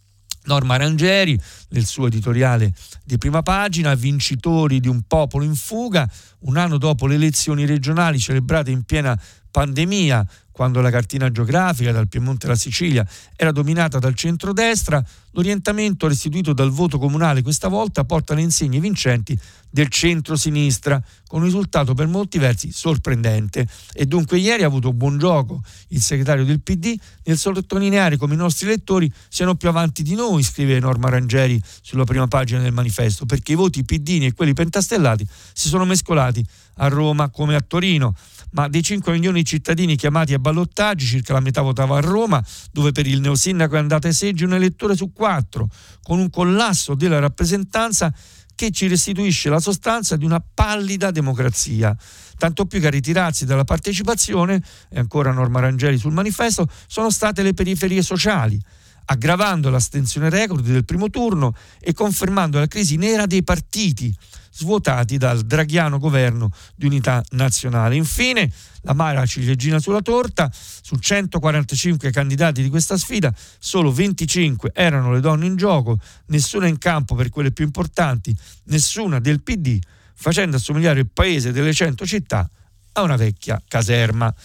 S2: Norma Rangieri nel suo editoriale di prima pagina: vincitori di un popolo in fuga, un anno dopo le elezioni regionali celebrate in piena pandemia, quando la cartina geografica dal Piemonte alla Sicilia era dominata dal centrodestra, l'orientamento restituito dal voto comunale questa volta porta le insegne vincenti del centro-sinistra, con un risultato per molti versi sorprendente. E dunque ieri ha avuto buon gioco il segretario del P D nel sottolineare come i nostri elettori siano più avanti di noi, scrive Norma Rangieri sulla prima pagina del Manifesto, perché i voti piddini e quelli pentastellati si sono mescolati a Roma come a Torino. Ma dei cinque milioni di cittadini chiamati a ballottaggi, circa la metà votava a Roma, dove per il neosindaco è andata ai seggi un elettore su quattro, con un collasso della rappresentanza che ci restituisce la sostanza di una pallida democrazia. Tanto più che a ritirarsi dalla partecipazione, e ancora Norma Rangieri sul Manifesto, sono state le periferie sociali, aggravando l'astensione record del primo turno e confermando la crisi nera dei partiti, svuotati dal draghiano governo di unità nazionale. Infine, l'amara ciliegina sulla torta: su centoquarantacinque candidati di questa sfida, solo venticinque erano le donne in gioco, nessuna in campo per quelle più importanti, nessuna del P D, facendo assomigliare il paese delle cento città a una vecchia caserma.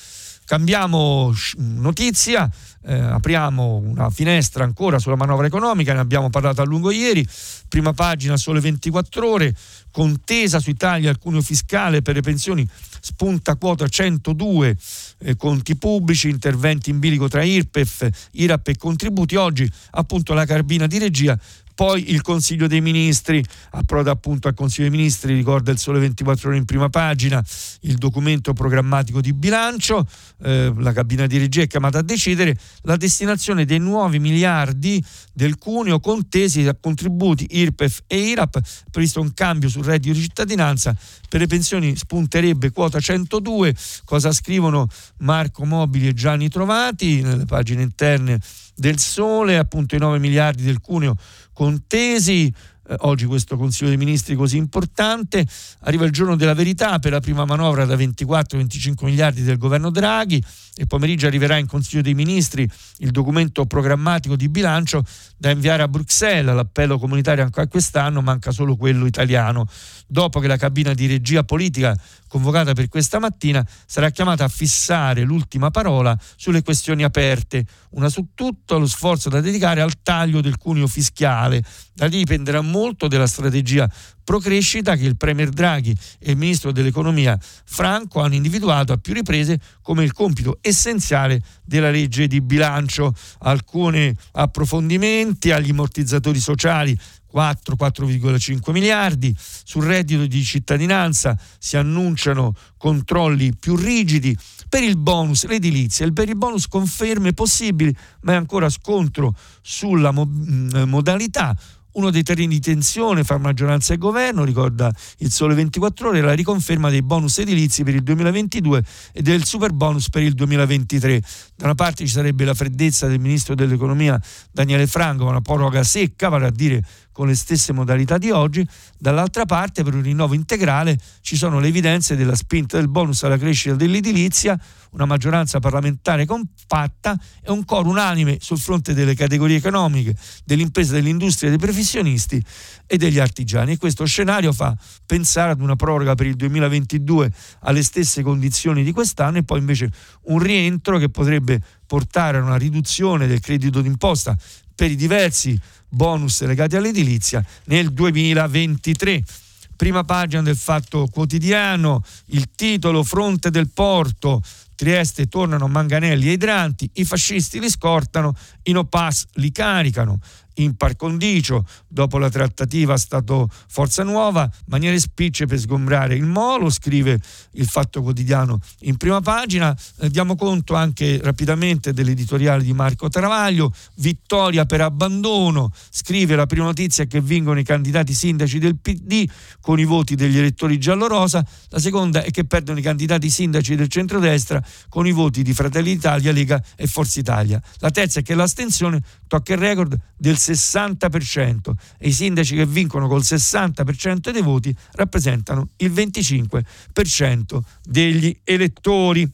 S2: Cambiamo notizia, eh, apriamo una finestra ancora sulla manovra economica, ne abbiamo parlato a lungo ieri. Prima pagina Sole ventiquattro Ore, contesa sui tagli al cuneo fiscale per le pensioni, spunta quota centodue, eh, conti pubblici, interventi in bilico tra I R P E F, I R A P e contributi. Oggi appunto la cabina di regia, poi il Consiglio dei Ministri, approda appunto al Consiglio dei Ministri, ricorda il Sole ventiquattro Ore in prima pagina, il documento programmatico di bilancio. Eh, la cabina di regia è chiamata a decidere la destinazione dei nuovi miliardi del cuneo contesi a contributi I R P E F e I R A P. Previsto un cambio sul reddito di cittadinanza, per le pensioni spunterebbe quota centodue. Cosa scrivono Marco Mobili e Gianni Trovati nelle pagine interne del Sole? Appunto i nove miliardi del cuneo contesi. Eh, oggi questo Consiglio dei Ministri così importante, arriva il giorno della verità per la prima manovra da ventiquattro venticinque miliardi del governo Draghi, e pomeriggio arriverà in Consiglio dei Ministri il documento programmatico di bilancio da inviare a Bruxelles. L'appello comunitario anche quest'anno, manca solo quello italiano, dopo che la cabina di regia politica convocata per questa mattina sarà chiamata a fissare l'ultima parola sulle questioni aperte, una su tutto lo sforzo da dedicare al taglio del cuneo fiscale. Da lì dipenderà molto della strategia pro crescita che il Premier Draghi e il Ministro dell'Economia Franco hanno individuato a più riprese come il compito essenziale della legge di bilancio. Alcuni approfondimenti: agli ammortizzatori sociali quattro virgola cinque miliardi, sul reddito di cittadinanza si annunciano controlli più rigidi, per il bonus l'edilizia, per il bonus conferme possibili, ma è ancora scontro sulla mo- modalità. Uno dei terreni di tensione fra maggioranza e governo, ricorda il Sole ventiquattro Ore, la riconferma dei bonus edilizi per il duemilaventidue e del super bonus per il duemilaventitré. Da una parte ci sarebbe la freddezza del ministro dell'economia Daniele Franco, una proroga secca, vale a dire con le stesse modalità di oggi. Dall'altra parte, per un rinnovo integrale, ci sono le evidenze della spinta del bonus alla crescita dell'edilizia, una maggioranza parlamentare compatta e un coro unanime sul fronte delle categorie economiche, dell'impresa, dell'industria, dei professionisti e degli artigiani. E questo scenario fa pensare ad una proroga per il duemilaventidue alle stesse condizioni di quest'anno, e poi invece un rientro che potrebbe portare a una riduzione del credito d'imposta per i diversi bonus legati all'edilizia nel duemilaventitré. Prima pagina del Fatto Quotidiano, il titolo: Fronte del Porto, Trieste tornano manganelli e idranti, i fascisti li scortano, i no pass li caricano. In par condicio, dopo la trattativa Stato-Forza Nuova, maniere spicce per sgombrare il molo, scrive il Fatto Quotidiano in prima pagina. Eh, diamo conto anche rapidamente dell'editoriale di Marco Travaglio: vittoria per abbandono, scrive la prima notizia, che vincono i candidati sindaci del P D con i voti degli elettori giallorosa, la seconda è che perdono i candidati sindaci del centrodestra con i voti di Fratelli d'Italia, Lega e Forza Italia, la terza è che l'astensione tocca il record del sessanta per cento e i sindaci che vincono col sessanta per cento dei voti rappresentano il venticinque per cento degli elettori.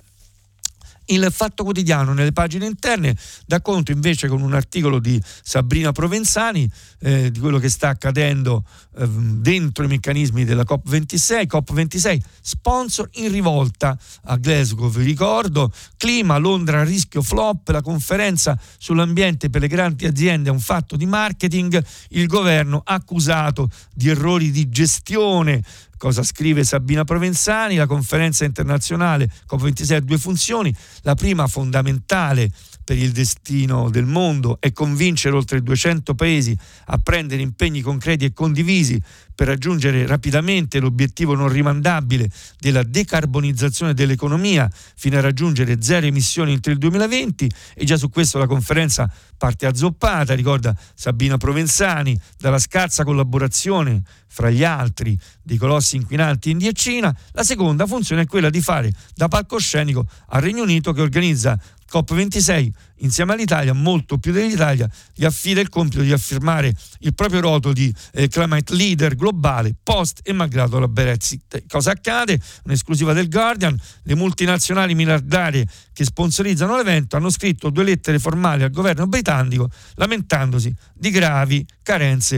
S2: Il Fatto Quotidiano nelle pagine interne dà conto invece, con un articolo di Sabrina Provenzani, eh, di quello che sta accadendo eh, dentro i meccanismi della COP ventisei. COP ventisei, sponsor in rivolta a Glasgow, vi ricordo. Clima, Londra a rischio flop, la conferenza sull'ambiente per le grandi aziende è un fatto di marketing, il governo accusato di errori di gestione. Cosa scrive Sabina Provenzani? La conferenza internazionale COP ventisei ha due funzioni: la prima, fondamentale per il destino del mondo, è convincere oltre duecento paesi a prendere impegni concreti e condivisi per raggiungere rapidamente l'obiettivo non rimandabile della decarbonizzazione dell'economia fino a raggiungere zero emissioni entro il duemilaventi, e già su questo la conferenza parte azzoppata, ricorda Sabina Provenzani, dalla scarsa collaborazione fra gli altri dei colossi inquinanti India e Cina. La seconda funzione è quella di fare da palcoscenico al Regno Unito, che organizza COP ventisei insieme all'Italia, molto più dell'Italia, gli affida il compito di affermare il proprio rotolo di eh, climate leader globale post e malgrado la Brexit. Cosa accade? Un'esclusiva del Guardian: le multinazionali miliardarie che sponsorizzano l'evento hanno scritto due lettere formali al governo britannico lamentandosi di gravi carenze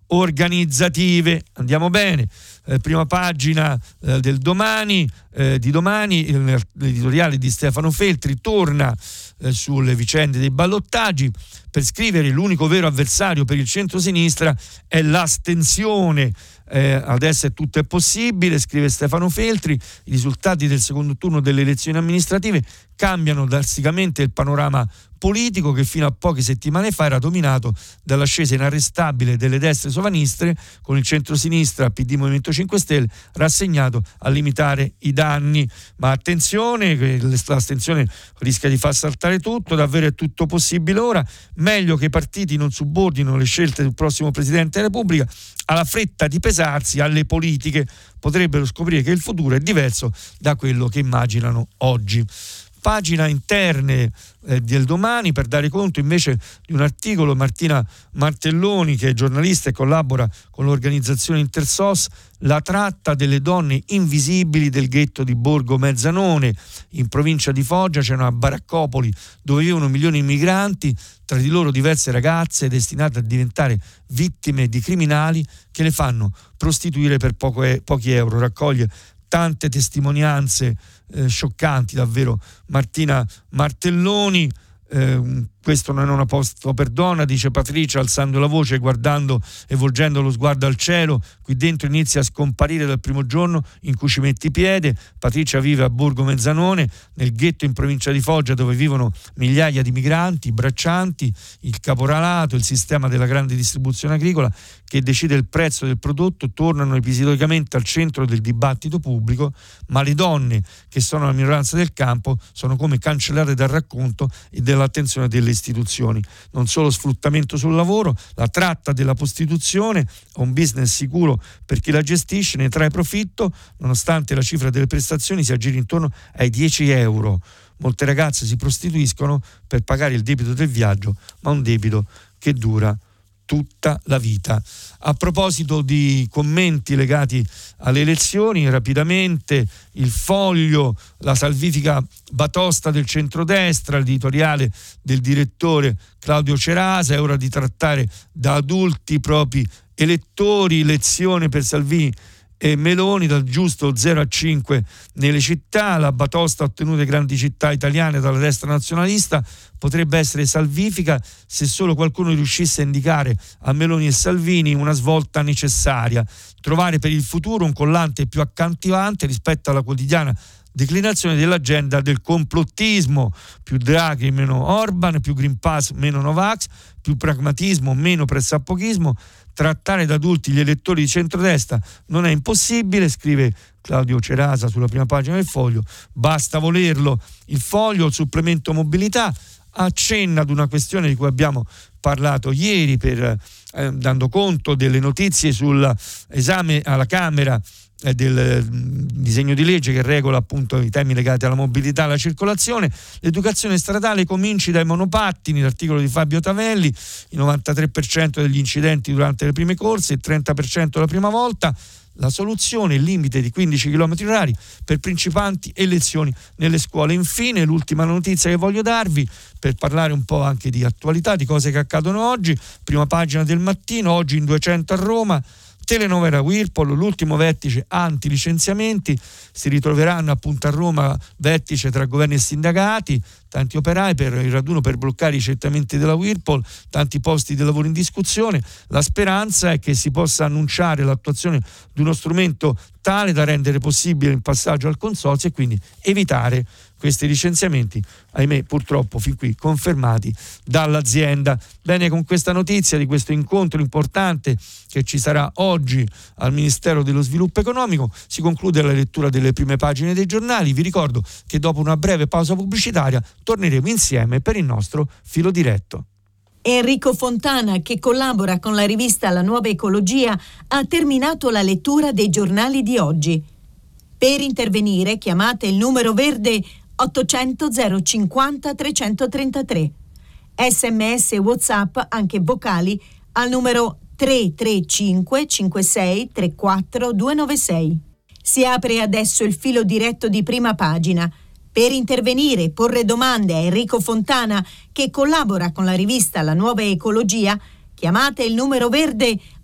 S2: organizzative. Andiamo bene. Eh, prima pagina eh, del domani, eh, di domani, l'editoriale di Stefano Feltri torna eh, sulle vicende dei ballottaggi. Per scrivere l'unico vero avversario per il centro-sinistra è l'astensione. Eh, adesso è tutto è possibile, scrive Stefano Feltri. I risultati del secondo turno delle elezioni amministrative cambiano drasticamente il panorama politico, che fino a poche settimane fa era dominato dall'ascesa inarrestabile delle destre sovraniste, con il centrosinistra, P D, Movimento cinque Stelle rassegnato a limitare i danni. Ma attenzione, l'astensione rischia di far saltare tutto. Davvero è tutto possibile ora. Meglio che i partiti non subordinino le scelte del prossimo Presidente della Repubblica alla fretta di pesarsi alle politiche. Potrebbero scoprire che il futuro è diverso da quello che immaginano oggi. Pagina interne eh, del domani, per dare conto invece di un articolo Martina Martelloni, che è giornalista e collabora con l'organizzazione Intersos, la tratta delle donne invisibili del ghetto di Borgo Mezzanone. In provincia di Foggia c'è una baraccopoli dove vivono milioni di migranti, tra di loro diverse ragazze destinate a diventare vittime di criminali che le fanno prostituire per poco e- pochi euro. Raccoglie tante testimonianze eh, scioccanti, davvero, Martina Martelloni. Eh, questo non è una posto per donna, dice Patricia alzando la voce, guardando e volgendo lo sguardo al cielo. Qui dentro inizia a scomparire dal primo giorno in cui ci metti piede. Patricia vive a Borgo Mezzanone, nel ghetto in provincia di Foggia, dove vivono migliaia di migranti, braccianti, il caporalato, il sistema della grande distribuzione agricola che decide il prezzo del prodotto, tornano episodicamente al centro del dibattito pubblico, ma le donne, che sono la minoranza del campo, sono come cancellate dal racconto e dall'attenzione delle istituzioni. Non solo sfruttamento sul lavoro, la tratta della prostituzione è un business sicuro per chi la gestisce, ne trae profitto, nonostante la cifra delle prestazioni si aggiri intorno ai dieci euro. Molte ragazze si prostituiscono per pagare il debito del viaggio, ma un debito che dura tutta la vita. A proposito di commenti legati alle elezioni, rapidamente il Foglio, la salvifica batosta del centrodestra, l'editoriale del direttore Claudio Cerasa, è ora di trattare da adulti i propri elettori, lezione per Salvini e Meloni, dal giusto zero a cinque nelle città. La batosta ottenuta in grandi città italiane dalla destra nazionalista potrebbe essere salvifica se solo qualcuno riuscisse a indicare a Meloni e Salvini una svolta necessaria, trovare per il futuro un collante più accattivante rispetto alla quotidiana declinazione dell'agenda del complottismo: più Draghi meno Orban, più Green Pass meno Novax, più pragmatismo meno pressappochismo. Trattare da adulti gli elettori di centrodestra non è impossibile, scrive Claudio Cerasa sulla prima pagina del Foglio, basta volerlo. Il Foglio, il supplemento mobilità, accenna ad una questione di cui abbiamo parlato ieri, per, eh, dando conto delle notizie sull'esame alla Camera eh, del disegno di legge che regola appunto i temi legati alla mobilità e alla circolazione. L'educazione stradale cominci dai monopattini, l'articolo di Fabio Tavelli, il novantatré per cento degli incidenti durante le prime corse, il trenta per cento la prima volta. La soluzione è il limite di quindici chilometri orari per principianti e lezioni nelle scuole. Infine, l'ultima notizia che voglio darvi, per parlare un po' anche di attualità, di cose che accadono oggi. Prima pagina del Mattino, oggi in duecento a Roma, telenovela Whirlpool, l'ultimo vertice anti-licenziamenti. Si ritroveranno appunto a Roma vertice tra governi e sindacati, tanti operai per il raduno per bloccare i licenziamenti della Whirlpool, tanti posti di lavoro in discussione. La speranza è che si possa annunciare l'attuazione di uno strumento tale da rendere possibile il passaggio al consorzio e quindi evitare questi licenziamenti, ahimè purtroppo fin qui confermati dall'azienda. Bene, con questa notizia di questo incontro importante che ci sarà oggi al Ministero dello Sviluppo Economico si conclude la lettura delle prime pagine dei giornali. Vi ricordo che dopo una breve pausa pubblicitaria torneremo insieme per il nostro filo diretto.
S1: Enrico Fontana, che collabora con la rivista La Nuova Ecologia, ha terminato la lettura dei giornali di oggi. Per intervenire chiamate il numero verde ottocento zero cinquanta trecentotrentatré. Sms e WhatsApp, anche vocali, al numero tre tre cinque cinque sei tre quattro due nove sei. Si apre adesso il filo diretto di Prima Pagina. Per intervenire e porre domande a Enrico Fontana, che collabora con la rivista La Nuova Ecologia, chiamate il numero verde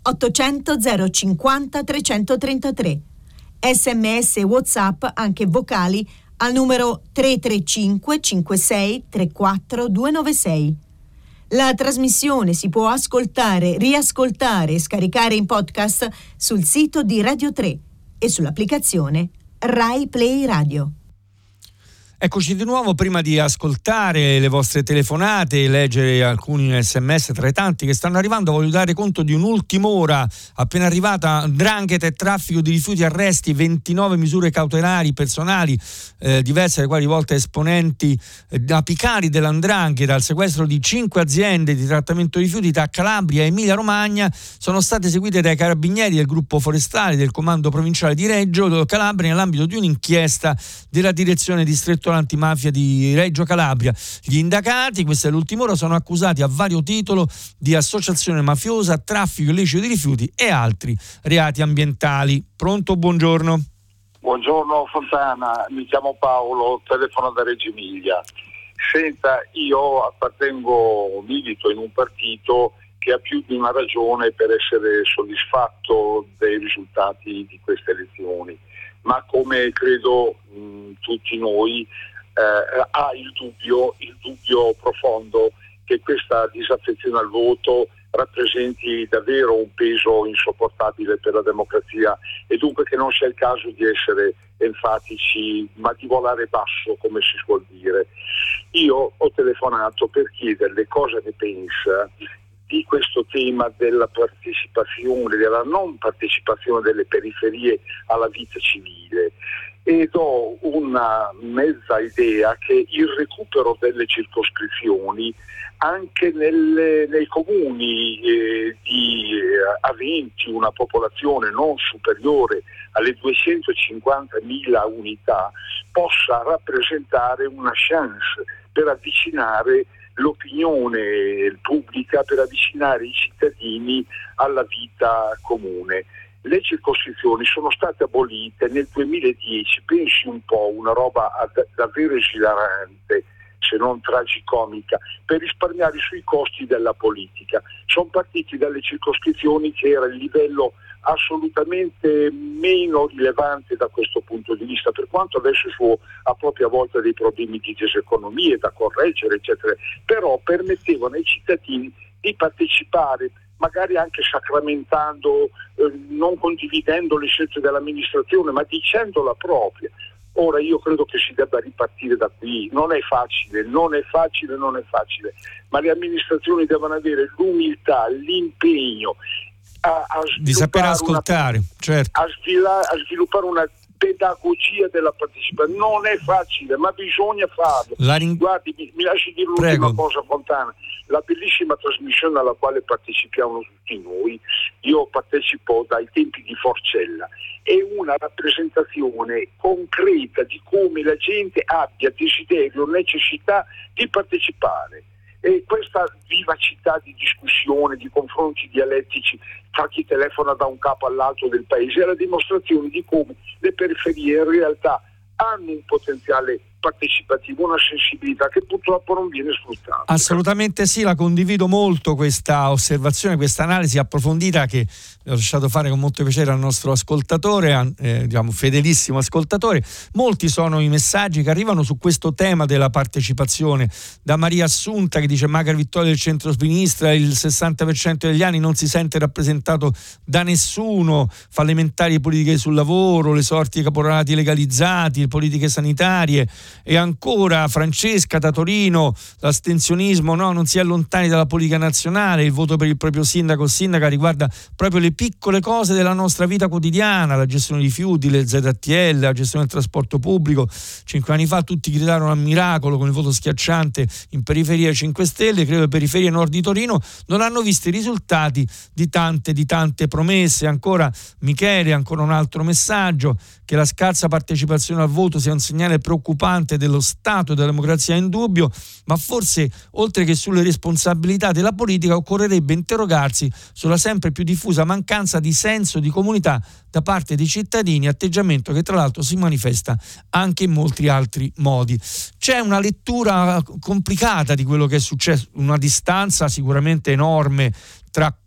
S1: ottocento zero cinquanta trecentotrentatré. Sms e WhatsApp anche vocali al numero tre tre cinque cinque sei tre quattro due nove sei. La trasmissione si può ascoltare, riascoltare e scaricare in podcast sul sito di Radio tre e sull'applicazione Rai Play Radio.
S2: Eccoci di nuovo. Prima di ascoltare le vostre telefonate e leggere alcuni sms tra i tanti che stanno arrivando, voglio dare conto di un'ultima ora appena arrivata: 'ndrangheta e traffico di rifiuti, arresti, ventinove misure cautelari personali eh, diverse, alle quali rivolte esponenti eh, apicali della 'ndrangheta, al sequestro di cinque aziende di trattamento di rifiuti tra Calabria e Emilia Romagna, sono state eseguite dai carabinieri del gruppo forestale del comando provinciale di Reggio Calabria nell'ambito di un'inchiesta della direzione distrettuale antimafia di Reggio Calabria. Gli indagati, questa è l'ultima ora, sono accusati a vario titolo di associazione mafiosa, traffico illecito di rifiuti e altri reati ambientali. Pronto, buongiorno.
S3: Buongiorno Fontana, mi chiamo Paolo, telefono da Reggio Emilia. Senta, io appartengo, milito in un partito che ha più di una ragione per essere soddisfatto dei risultati di queste elezioni, ma come credo mh, tutti noi eh, ha il dubbio, il dubbio profondo che questa disaffezione al voto rappresenti davvero un peso insopportabile per la democrazia e dunque che non sia il caso di essere enfatici ma di volare basso, come si suol dire. Io ho telefonato per chiederle cosa ne pensa di questo tema della partecipazione, della non partecipazione delle periferie alla vita civile, ed ho una mezza idea che il recupero delle circoscrizioni anche nelle, nei comuni eh, di, eh, aventi una popolazione non superiore alle duecentocinquantamila unità possa rappresentare una chance per avvicinare l'opinione pubblica, per avvicinare i cittadini alla vita comune. Le circoscrizioni sono state abolite nel duemiladieci, pensi un po', una roba davvero esilarante, se non tragicomica, per risparmiare sui costi della politica. Sono partiti dalle circoscrizioni che era il livello assolutamente meno rilevante da questo punto di vista, per quanto adesso su a propria volta dei problemi di diseconomie da correggere, eccetera, però permettevano ai cittadini di partecipare, magari anche sacramentando, eh, non condividendo le scelte dell'amministrazione, ma dicendo la propria. Ora io credo che si debba ripartire da qui, non è facile, non è facile, non è facile, ma le amministrazioni devono avere l'umiltà, l'impegno a, a
S2: di saper ascoltare,
S3: una,
S2: certo.
S3: a, svila, a sviluppare una pedagogia della partecipazione. Non è facile, ma bisogna farlo.
S2: Ring...
S3: Guardi, mi, mi lasci dire l'ultima
S2: Prego.
S3: cosa, Fontana. La bellissima trasmissione alla quale partecipiamo tutti noi, io partecipo dai tempi di Forcella, è una rappresentazione concreta di come la gente abbia desiderio, necessità di partecipare. E questa vivacità di discussione, di confronti dialettici tra chi telefona da un capo all'altro del paese è la dimostrazione di come le periferie in realtà hanno un potenziale partecipativo, una sensibilità che purtroppo non viene sfruttata.
S2: Assolutamente sì, la condivido molto questa osservazione, questa analisi approfondita che ho lasciato fare con molto piacere al nostro ascoltatore, eh, diciamo fedelissimo ascoltatore. Molti sono i messaggi che arrivano su questo tema della partecipazione, da Maria Assunta che dice: magra vittoria del centro-sinistra, il sessanta per cento degli anni non si sente rappresentato da nessuno, fallimentari politiche sul lavoro, le sorti dei caporalati legalizzati, le politiche sanitarie. E ancora Francesca da Torino: l'astensionismo, no, non si è lontani dalla politica nazionale, il voto per il proprio sindaco o sindaca riguarda proprio le piccole cose della nostra vita quotidiana, la gestione dei rifiuti, le Z T L, la gestione del trasporto pubblico. Cinque anni fa tutti gridarono al miracolo con il voto schiacciante in periferia cinque Stelle, credo le periferie nord di Torino non hanno visto i risultati di tante di tante promesse. Ancora Michele, ancora un altro messaggio: che la scarsa partecipazione al voto sia un segnale preoccupante dello stato della democrazia è indubbio, ma forse oltre che sulle responsabilità della politica occorrerebbe interrogarsi sulla sempre più diffusa mancanza di senso di comunità da parte dei cittadini, atteggiamento che tra l'altro si manifesta anche in molti altri modi. C'è una lettura complicata di quello che è successo, una distanza sicuramente enorme tra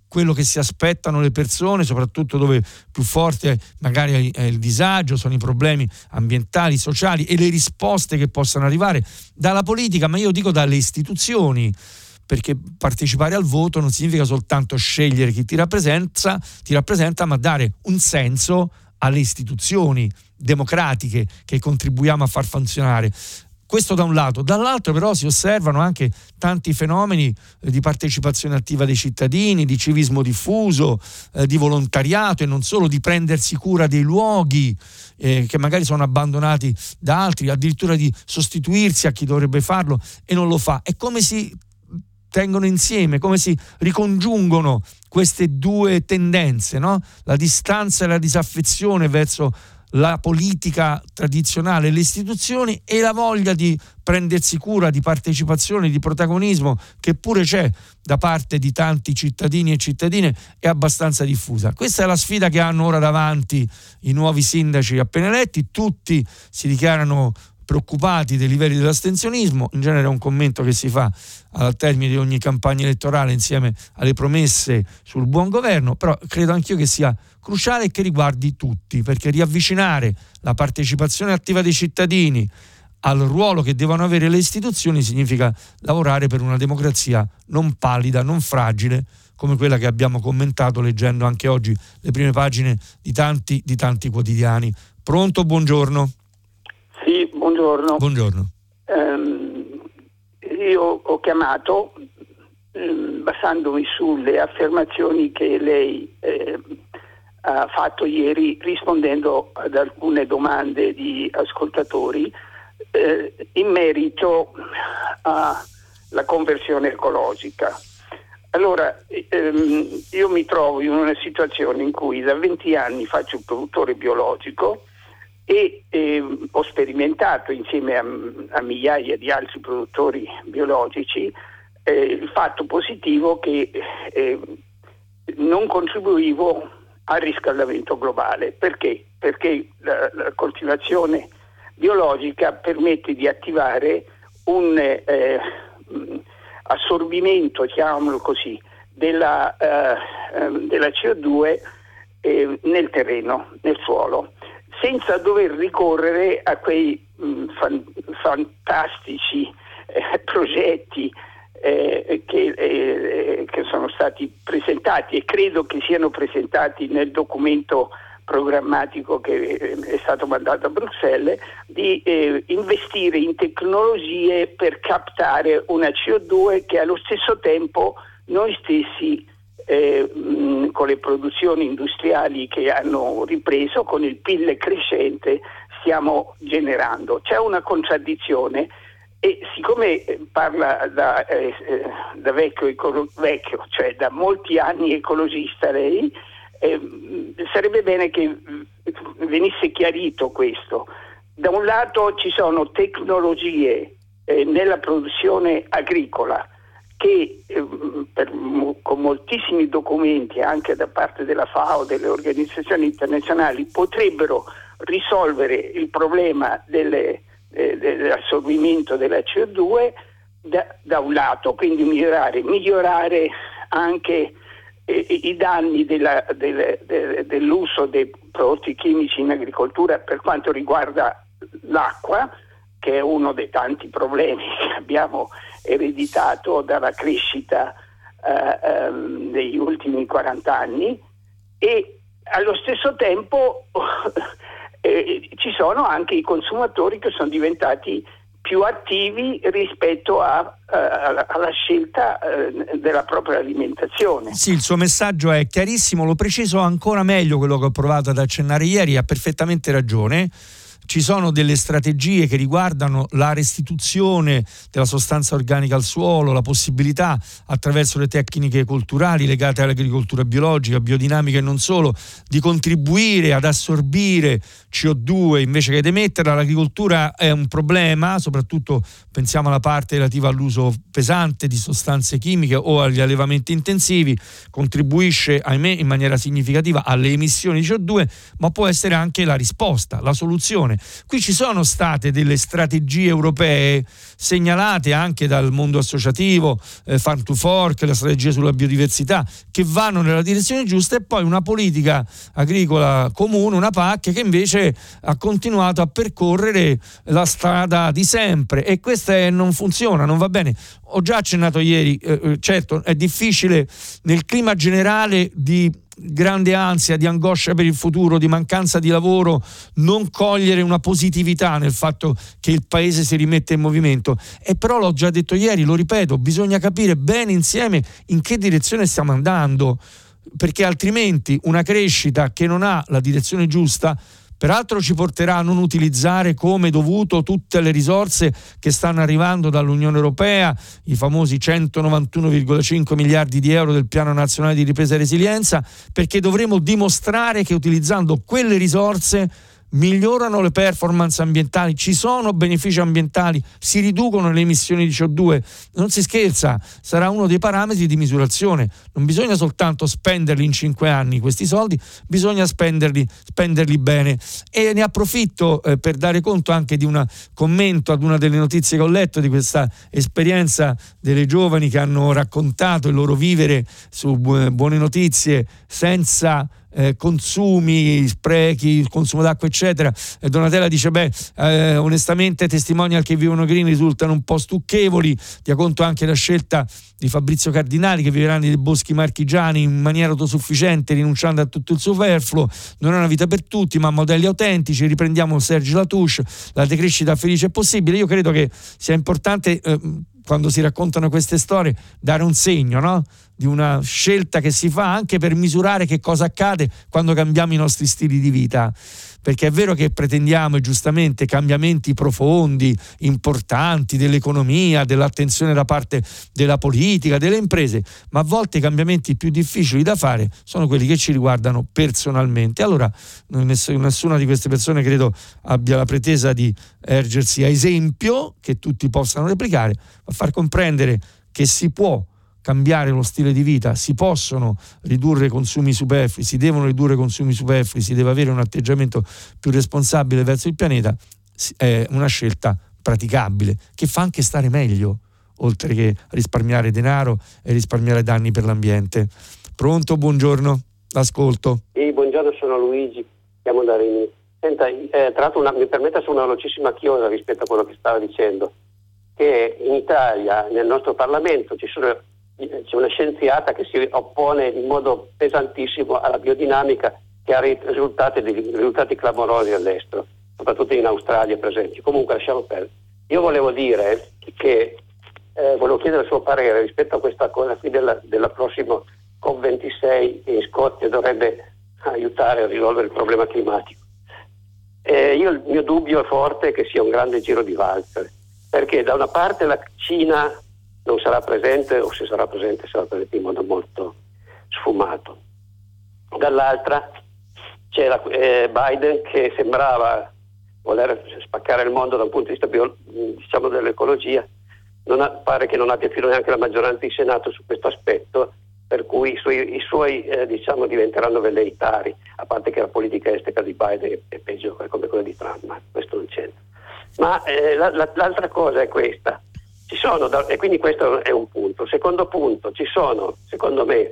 S2: quello che si aspettano le persone, soprattutto dove più forte magari è il disagio, sono i problemi ambientali, sociali e le risposte che possano arrivare dalla politica, ma io dico dalle istituzioni, perché partecipare al voto non significa soltanto scegliere chi ti rappresenta, ti rappresenta, ma dare un senso alle istituzioni democratiche che contribuiamo a far funzionare. Questo da un lato, dall'altro però si osservano anche tanti fenomeni di partecipazione attiva dei cittadini, di civismo diffuso, eh, di volontariato e non solo, di prendersi cura dei luoghi eh, che magari sono abbandonati da altri, addirittura di sostituirsi a chi dovrebbe farlo e non lo fa. E come si tengono insieme, come si ricongiungono queste due tendenze, no? La distanza e la disaffezione verso la politica tradizionale, le istituzioni, e la voglia di prendersi cura, di partecipazione, di protagonismo, che pure c'è da parte di tanti cittadini e cittadine, è abbastanza diffusa. Questa è la sfida che hanno ora davanti i nuovi sindaci appena eletti. Tutti si dichiarano preoccupati dei livelli dell'astensionismo, in genere è un commento che si fa al termine di ogni campagna elettorale insieme alle promesse sul buon governo, però credo anch'io che sia cruciale e che riguardi tutti, perché riavvicinare la partecipazione attiva dei cittadini al ruolo che devono avere le istituzioni significa lavorare per una democrazia non pallida, non fragile, come quella che abbiamo commentato leggendo anche oggi le prime pagine di tanti, di tanti quotidiani. Pronto? Buongiorno.
S4: Sì, buongiorno.
S2: Buongiorno.
S4: Um, io ho chiamato um, basandomi sulle affermazioni che lei eh, ha fatto ieri rispondendo ad alcune domande di ascoltatori eh, in merito alla conversione ecologica. Allora, ehm, io mi trovo in una situazione in cui da venti anni faccio il produttore biologico e eh, ho sperimentato insieme a, a migliaia di altri produttori biologici eh, il fatto positivo che eh, non contribuivo al riscaldamento globale. Perché? Perché la, la coltivazione biologica permette di attivare un eh, assorbimento, chiamiamolo così, della, eh, della C O due eh, nel terreno, nel suolo, senza dover ricorrere a quei mh, fan, fantastici eh, progetti eh, che, eh, che sono stati presentati e credo che siano presentati nel documento programmatico che è stato mandato a Bruxelles, di eh, investire in tecnologie per captare una C O due che allo stesso tempo noi stessi Eh, mh, con le produzioni industriali che hanno ripreso, con il P I L crescente, stiamo generando. C'è una contraddizione e siccome parla da, eh, da vecchio, ecolo- vecchio, cioè da molti anni ecologista lei, eh, sarebbe bene che venisse chiarito questo. Da un lato ci sono tecnologie eh, nella produzione agricola che eh, per, con moltissimi documenti anche da parte della FAO, delle organizzazioni internazionali, potrebbero risolvere il problema delle, eh, dell'assorbimento della C O due da, da un lato, quindi migliorare, migliorare anche eh, i danni della, delle, de, dell'uso dei prodotti chimici in agricoltura per quanto riguarda l'acqua, che è uno dei tanti problemi che abbiamo ereditato dalla crescita eh, um, degli ultimi quaranta anni, e allo stesso tempo eh, ci sono anche i consumatori che sono diventati più attivi rispetto a, a, alla scelta eh, della propria alimentazione.
S2: Sì, il suo messaggio è chiarissimo, lo preciso ancora meglio quello che ho provato ad accennare ieri, ha perfettamente ragione. Ci sono delle strategie che riguardano la restituzione della sostanza organica al suolo, la possibilità attraverso le tecniche culturali legate all'agricoltura biologica, biodinamica e non solo, di contribuire ad assorbire C O due invece che ad emetterla. L'agricoltura è un problema, soprattutto pensiamo alla parte relativa all'uso pesante di sostanze chimiche o agli allevamenti intensivi, contribuisce ahimè in maniera significativa alle emissioni di C O due, ma può essere anche la risposta, la soluzione Qui ci sono state delle strategie europee segnalate anche dal mondo associativo, eh, Farm to Fork, la strategia sulla biodiversità, che vanno nella direzione giusta, e poi una politica agricola comune, una P A C, che invece ha continuato a percorrere la strada di sempre, e questa è, non funziona, non va bene. Ho già accennato ieri, eh, certo è difficile nel clima generale di grande ansia, di angoscia per il futuro, di mancanza di lavoro, non cogliere una positività nel fatto che il paese si rimette in movimento. E però l'ho già detto ieri, lo ripeto, bisogna capire bene insieme in che direzione stiamo andando, perché altrimenti una crescita che non ha la direzione giusta peraltro ci porterà a non utilizzare come dovuto tutte le risorse che stanno arrivando dall'Unione Europea, i famosi centonovantuno virgola cinque miliardi di euro del Piano Nazionale di Ripresa e Resilienza, perché dovremo dimostrare che utilizzando quelle risorse migliorano le performance ambientali, ci sono benefici ambientali, si riducono le emissioni di C O due, non si scherza, sarà uno dei parametri di misurazione. Non bisogna soltanto spenderli in cinque anni questi soldi, bisogna spenderli, spenderli bene. E ne approfitto eh, per dare conto anche di un commento ad una delle notizie che ho letto, di questa esperienza delle giovani che hanno raccontato il loro vivere su Buone Notizie senza Eh, consumi, sprechi, il consumo d'acqua eccetera. eh, Donatella dice beh eh, onestamente testimonial che vivono green risultano un po' stucchevoli. Dia conto anche la scelta di Fabrizio Cardinali, che viverà nei boschi marchigiani in maniera autosufficiente, rinunciando a tutto il superfluo. Non è una vita per tutti, ma modelli autentici. Riprendiamo Serge Latouche, la decrescita felice è possibile. Io credo che sia importante eh, quando si raccontano queste storie dare un segno, no? Di una scelta che si fa anche per misurare che cosa accade quando cambiamo i nostri stili di vita, perché è vero che pretendiamo, e giustamente, cambiamenti profondi, importanti dell'economia, dell'attenzione da parte della politica, delle imprese, ma a volte i cambiamenti più difficili da fare sono quelli che ci riguardano personalmente. Allora nessuna di queste persone credo abbia la pretesa di ergersi a esempio che tutti possano replicare, ma far comprendere che si può cambiare lo stile di vita, si possono ridurre consumi superflui, si devono ridurre consumi superflui, si deve avere un atteggiamento più responsabile verso il pianeta, è una scelta praticabile che fa anche stare meglio, oltre che risparmiare denaro e risparmiare danni per l'ambiente. Pronto? Buongiorno, l'ascolto.
S5: Sì, buongiorno, sono Luigi, chiamo da Rimini. Senta, eh, tra l'altro una, mi permetta su una velocissima chiosa rispetto a quello che stava dicendo, che in Italia, nel nostro Parlamento, ci sono c'è una scienziata che si oppone in modo pesantissimo alla biodinamica, che ha risultati, risultati clamorosi all'estero, soprattutto in Australia per esempio. Comunque lasciamo perdere. Io volevo dire che eh, volevo chiedere il suo parere rispetto a questa cosa qui della, della prossima COP ventisei che in Scozia dovrebbe aiutare a risolvere il problema climatico. Eh, io il mio dubbio è forte che sia un grande giro di valzer, perché da una parte la Cina non sarà presente, o se sarà presente sarà presente in modo molto sfumato. Dall'altra c'è la, eh, Biden, che sembrava voler spaccare il mondo da un punto di vista bio, diciamo dell'ecologia. Non ha, pare che non abbia più neanche la maggioranza in Senato su questo aspetto, per cui i suoi, i suoi eh, diciamo diventeranno velleitari, a parte che la politica estera di Biden è peggio come quella di Trump, ma questo non c'entra. Ma eh, la, la, l'altra cosa è questa. Ci sono, e quindi questo è un punto. Secondo punto, ci sono, secondo me,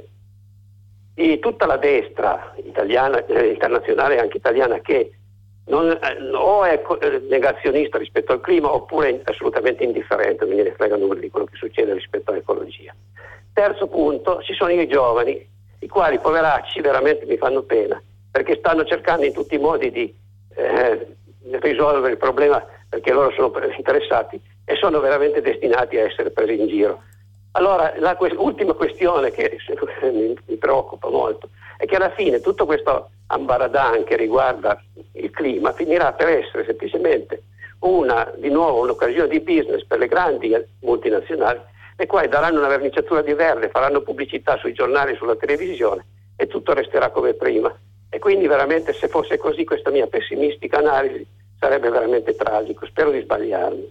S5: di tutta la destra italiana, eh, internazionale e anche italiana, che non, eh, o è negazionista rispetto al clima, oppure è assolutamente indifferente, non gliene frega nulla di quello che succede rispetto all'ecologia. Terzo punto, ci sono i giovani, i quali, poveracci, veramente mi fanno pena, perché stanno cercando in tutti i modi di eh, risolvere il problema, perché loro sono interessati e sono veramente destinati a essere presi in giro. Allora, la que- ultima questione che mi, mi preoccupa molto è che alla fine tutto questo ambaradan che riguarda il clima finirà per essere semplicemente una, di nuovo, un'occasione di business per le grandi multinazionali, le quali daranno una verniciatura di verde, faranno pubblicità sui giornali, sulla televisione, e tutto resterà come prima. E quindi veramente, se fosse così, questa mia pessimistica analisi sarebbe veramente tragico. Spero di sbagliarmi.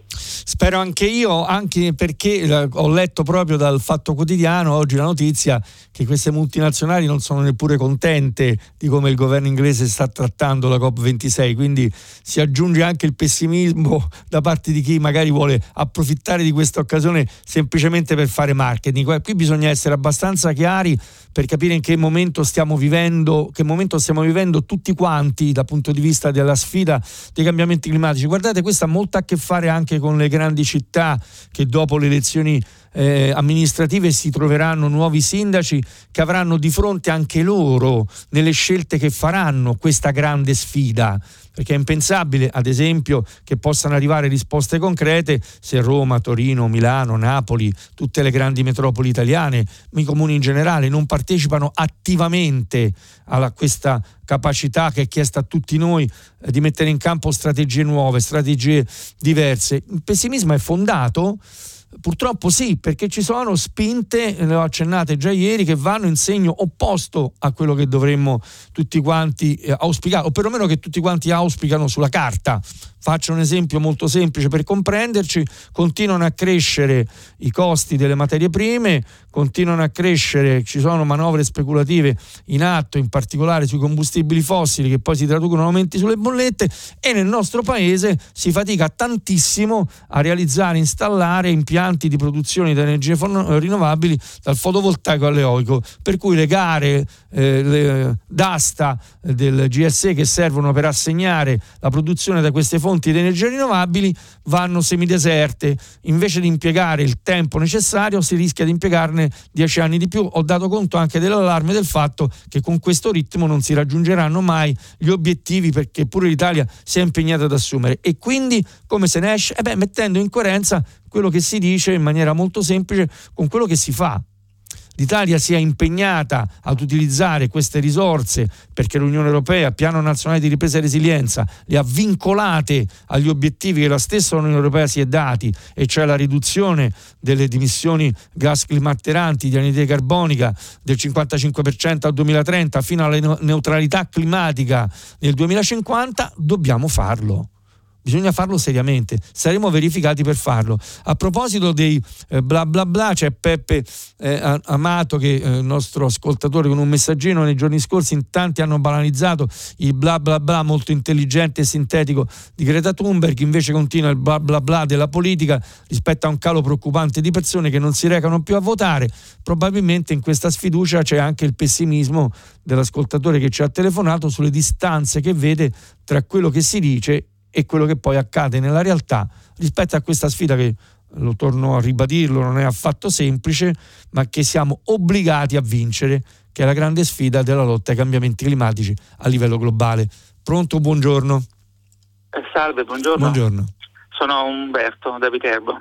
S2: Spero anche io, anche perché ho letto proprio dal Fatto Quotidiano oggi la notizia che queste multinazionali non sono neppure contente di come il governo inglese sta trattando la COP ventisei, quindi si aggiunge anche il pessimismo da parte di chi magari vuole approfittare di questa occasione semplicemente per fare marketing. Qui bisogna essere abbastanza chiari per capire in che momento stiamo vivendo, che momento stiamo vivendo tutti quanti dal punto di vista della sfida dei cambiamenti climatici. Guardate, questo ha molto a che fare anche con le grandi città che dopo le elezioni eh, amministrative si troveranno nuovi sindaci che avranno di fronte anche loro nelle scelte che faranno questa grande sfida, perché è impensabile ad esempio che possano arrivare risposte concrete se Roma, Torino, Milano, Napoli, tutte le grandi metropoli italiane, i comuni in generale non partecipano attivamente a questa capacità che è chiesta a tutti noi eh, di mettere in campo strategie nuove, strategie diverse. Il pessimismo è fondato? Purtroppo sì, perché ci sono spinte, le ho accennate già ieri, che vanno in segno opposto a quello che dovremmo tutti quanti eh, auspicare, o perlomeno che tutti quanti auspicano sulla carta. Faccio un esempio molto semplice per comprenderci: continuano a crescere i costi delle materie prime, continuano a crescere, ci sono manovre speculative in atto, in particolare sui combustibili fossili, che poi si traducono in aumenti sulle bollette, e nel nostro paese si fatica tantissimo a realizzare, installare impianti di produzione di energie rinnovabili dal fotovoltaico all'eolico, per cui le gare eh, le, d'asta del G S E che servono per assegnare la produzione da queste fonti di energie rinnovabili vanno semideserte. Invece di impiegare il tempo necessario si rischia di impiegarne dieci anni di più. Ho dato conto anche dell'allarme del fatto che con questo ritmo non si raggiungeranno mai gli obiettivi, perché pure l'Italia si è impegnata ad assumere. E quindi come se ne esce? Eh beh, mettendo in coerenza quello che si dice in maniera molto semplice con quello che si fa. L'Italia si è impegnata ad utilizzare queste risorse perché l'Unione Europea, Piano Nazionale di Ripresa e Resilienza, le ha vincolate agli obiettivi che la stessa Unione Europea si è dati, e cioè la riduzione delle emissioni gas climalteranti di anidride carbonica del cinquantacinque per cento al duemilatrenta fino alla neutralità climatica nel duemilacinquanta. Dobbiamo farlo. Bisogna farlo seriamente, saremo verificati per farlo. A proposito dei eh, bla bla bla, c'è Peppe eh, Amato, che è eh, il nostro ascoltatore, con un messaggino. Nei giorni scorsi in tanti hanno banalizzato il bla bla bla molto intelligente e sintetico di Greta Thunberg, invece continua il bla bla bla della politica rispetto a un calo preoccupante di persone che non si recano più a votare. Probabilmente in questa sfiducia c'è anche il pessimismo dell'ascoltatore che ci ha telefonato sulle distanze che vede tra quello che si dice e quello che poi accade nella realtà rispetto a questa sfida che, lo torno a ribadirlo, non è affatto semplice, ma che siamo obbligati a vincere, che è la grande sfida della lotta ai cambiamenti climatici a livello globale. Pronto, buongiorno.
S6: Eh, salve, buongiorno.
S2: Buongiorno.
S6: Sono Umberto da Viterbo.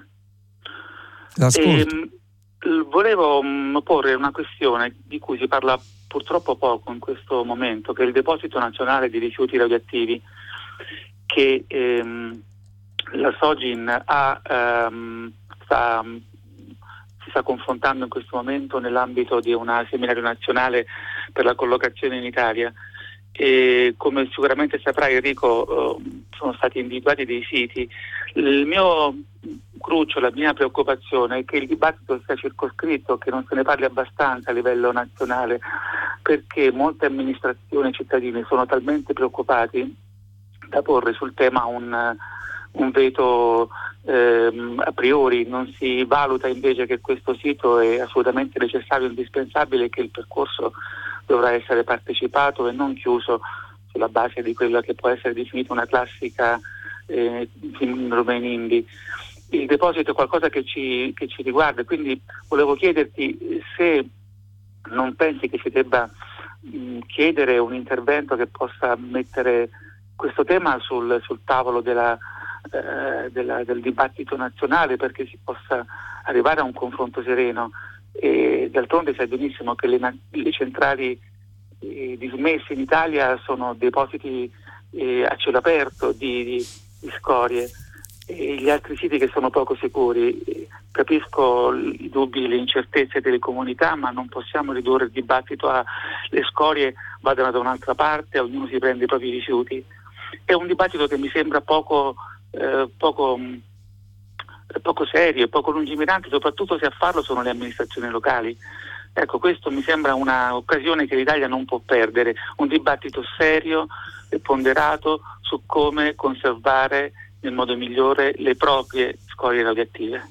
S2: L'ascolto.
S6: E, volevo mh, porre una questione di cui si parla purtroppo poco in questo momento, che è il Deposito Nazionale di Rifiuti Radioattivi, che ehm, la Sogin ha, ehm, sta, si sta confrontando in questo momento nell'ambito di un seminario nazionale per la collocazione in Italia. E come sicuramente saprai, Enrico, eh, sono stati individuati dei siti. Il mio cruccio, la mia preoccupazione è che il dibattito sia circoscritto, che non se ne parli abbastanza a livello nazionale, perché molte amministrazioni e cittadini sono talmente preoccupati da porre sul tema un, un veto ehm, a priori. Non si valuta invece che questo sito è assolutamente necessario e indispensabile, e che il percorso dovrà essere partecipato e non chiuso sulla base di quella che può essere definita una classica eh, sindrome NIMBY. Il deposito è qualcosa che ci, che ci riguarda, quindi volevo chiederti se non pensi che si debba mh, chiedere un intervento che possa mettere questo tema sul, sul tavolo della, eh, della, del dibattito nazionale, perché si possa arrivare a un confronto sereno. E d'altronde sai benissimo che le, le centrali eh, dismesse in Italia sono depositi eh, a cielo aperto di, di, di scorie, e gli altri siti che sono poco sicuri. Eh, capisco i dubbi e le incertezze delle comunità, ma non possiamo ridurre il dibattito a le scorie vadano da un'altra parte, ognuno si prende i propri rifiuti. È un dibattito che mi sembra poco, eh, poco poco serio e poco lungimirante, soprattutto se a farlo sono le amministrazioni locali. Ecco, questo mi sembra un'occasione che l'Italia non può perdere, un dibattito serio e ponderato su come conservare nel modo migliore le proprie scorie radioattive.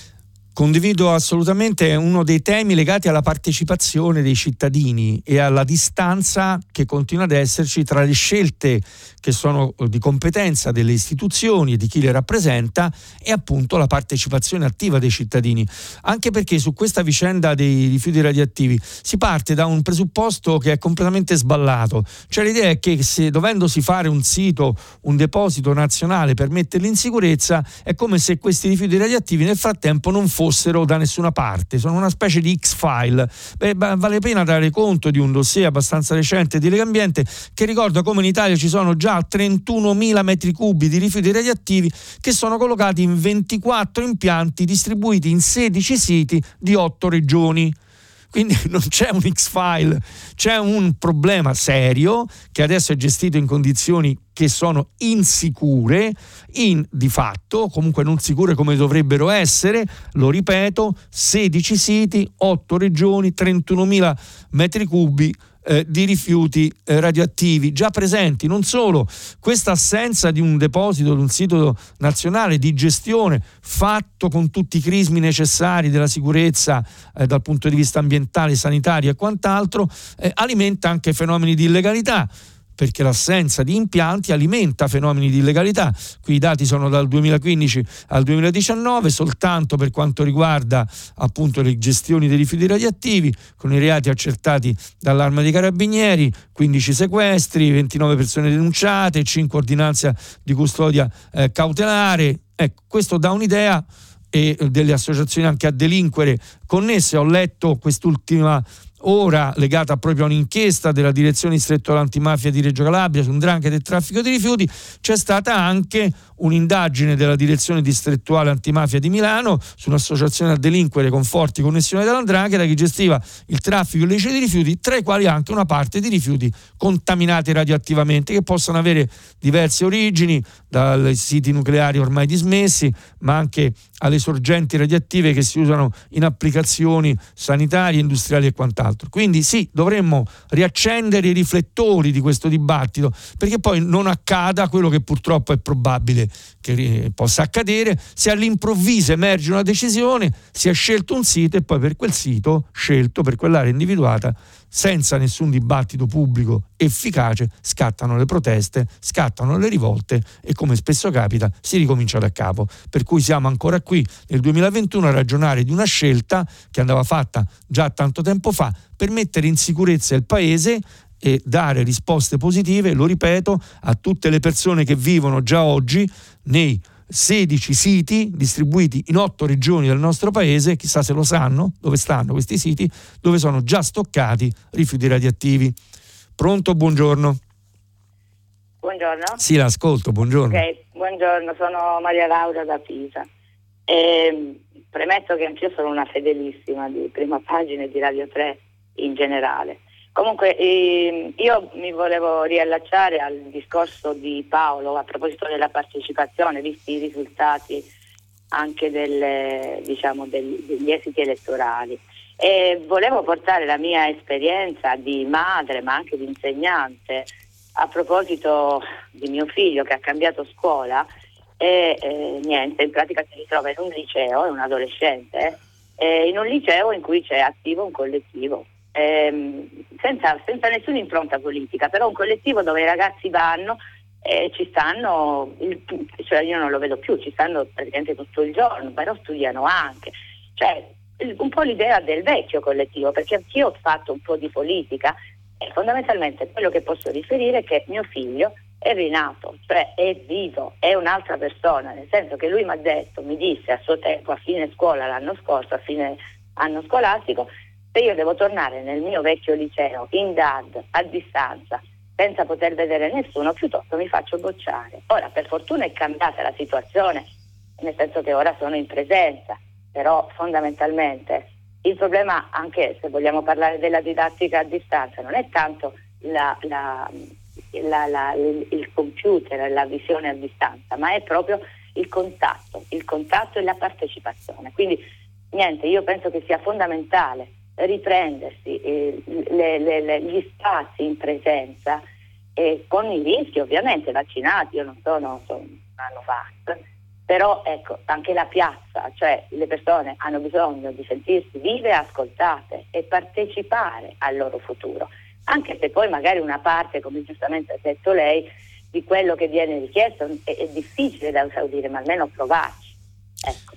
S2: Condivido assolutamente, uno dei temi legati alla partecipazione dei cittadini e alla distanza che continua ad esserci tra le scelte che sono di competenza delle istituzioni e di chi le rappresenta e appunto la partecipazione attiva dei cittadini, anche perché su questa vicenda dei rifiuti radioattivi si parte da un presupposto che è completamente sballato, cioè l'idea è che se dovendosi fare un sito, un deposito nazionale per metterli in sicurezza, è come se questi rifiuti radioattivi nel frattempo non fossero da nessuna parte, sono una specie di X-file. Beh, vale la pena dare conto di un dossier abbastanza recente di Legambiente che ricorda come in Italia ci sono già trentunomila metri cubi di rifiuti radioattivi che sono collocati in ventiquattro impianti distribuiti in sedici siti di otto regioni. Quindi non c'è un X-file, c'è un problema serio che adesso è gestito in condizioni che sono insicure, in, di fatto, comunque non sicure come dovrebbero essere, lo ripeto, sedici siti, otto regioni, trentunomila metri cubi eh, di rifiuti eh, radioattivi già presenti. Non solo, questa assenza di un deposito, di un sito nazionale di gestione fatto con tutti i crismi necessari della sicurezza eh, dal punto di vista ambientale, sanitario e quant'altro, eh, alimenta anche fenomeni di illegalità, perché l'assenza di impianti alimenta fenomeni di illegalità. Qui i dati sono dal duemilaquindici al duemiladiciannove, soltanto per quanto riguarda appunto le gestioni dei rifiuti radioattivi, con i reati accertati dall'Arma dei Carabinieri, quindici sequestri, ventinove persone denunciate, cinque ordinanze di custodia eh, cautelare. Ecco, questo dà un'idea, e delle associazioni anche a delinquere connesse. Ho letto quest'ultima ora legata proprio a un'inchiesta della direzione distrettuale antimafia di Reggio Calabria su un 'ndrangheta e traffico di rifiuti. C'è stata anche un'indagine della direzione distrettuale antimafia di Milano su un'associazione a delinquere con forti connessioni della 'ndrangheta che gestiva il traffico illecito di rifiuti, tra i quali anche una parte di rifiuti contaminati radioattivamente, che possono avere diverse origini, dai siti nucleari ormai dismessi, ma anche alle sorgenti radioattive che si usano in applicazioni sanitarie, industriali e quant'altro. Quindi sì, dovremmo riaccendere i riflettori di questo dibattito, perché poi non accada quello che purtroppo è probabile che possa accadere, se all'improvviso emerge una decisione, si è scelto un sito e poi per quel sito scelto, per quell'area individuata, senza nessun dibattito pubblico efficace, scattano le proteste, scattano le rivolte e, come spesso capita, si ricomincia da capo. Per cui siamo ancora qui nel duemilaventuno a ragionare di una scelta che andava fatta già tanto tempo fa per mettere in sicurezza il paese e dare risposte positive, lo ripeto, a tutte le persone che vivono già oggi nei sedici siti distribuiti in otto regioni del nostro paese. Chissà se lo sanno dove stanno questi siti, dove sono già stoccati rifiuti radioattivi. Pronto? Buongiorno.
S7: Buongiorno.
S2: Sì, l'ascolto, buongiorno.
S7: Ok, buongiorno, sono Maria Laura da Pisa. E, premetto che anch'io sono una fedelissima di Prima Pagina e di Radio tre in generale. Comunque eh, io mi volevo riallacciare al discorso di Paolo a proposito della partecipazione, visti i risultati anche delle, diciamo, degli, degli esiti elettorali. E volevo portare la mia esperienza di madre, ma anche di insegnante, a proposito di mio figlio che ha cambiato scuola e eh, niente, in pratica si ritrova in un liceo, è un adolescente, eh, in un liceo in cui c'è attivo un collettivo. Ehm, senza, senza nessuna impronta politica, però un collettivo dove i ragazzi vanno e ci stanno, il, cioè io non lo vedo più, ci stanno praticamente tutto il giorno, però studiano anche, cioè un po' l'idea del vecchio collettivo, perché anch'io ho fatto un po' di politica e fondamentalmente quello che posso riferire è che mio figlio è rinato, cioè è vivo, è un'altra persona, nel senso che lui mi ha detto, mi disse a suo tempo, a fine scuola l'anno scorso, a fine anno scolastico, se io devo tornare nel mio vecchio liceo in D A D a distanza senza poter vedere nessuno, piuttosto mi faccio bocciare. Ora per fortuna è cambiata la situazione, nel senso che ora sono in presenza, però fondamentalmente il problema, anche se vogliamo parlare della didattica a distanza, non è tanto la, la, la, la, il computer, la visione a distanza, ma è proprio il contatto, il contatto e la partecipazione. Quindi niente, io penso che sia fondamentale riprendersi eh, le, le, le, gli spazi in presenza, eh, con i rischi ovviamente vaccinati. Io non sono, sono una Novax, però ecco, anche la piazza, cioè le persone hanno bisogno di sentirsi vive e ascoltate e partecipare al loro futuro, anche se poi magari una parte, come giustamente ha detto lei, di quello che viene richiesto è, è difficile da esaudire, ma almeno provarci. Ecco.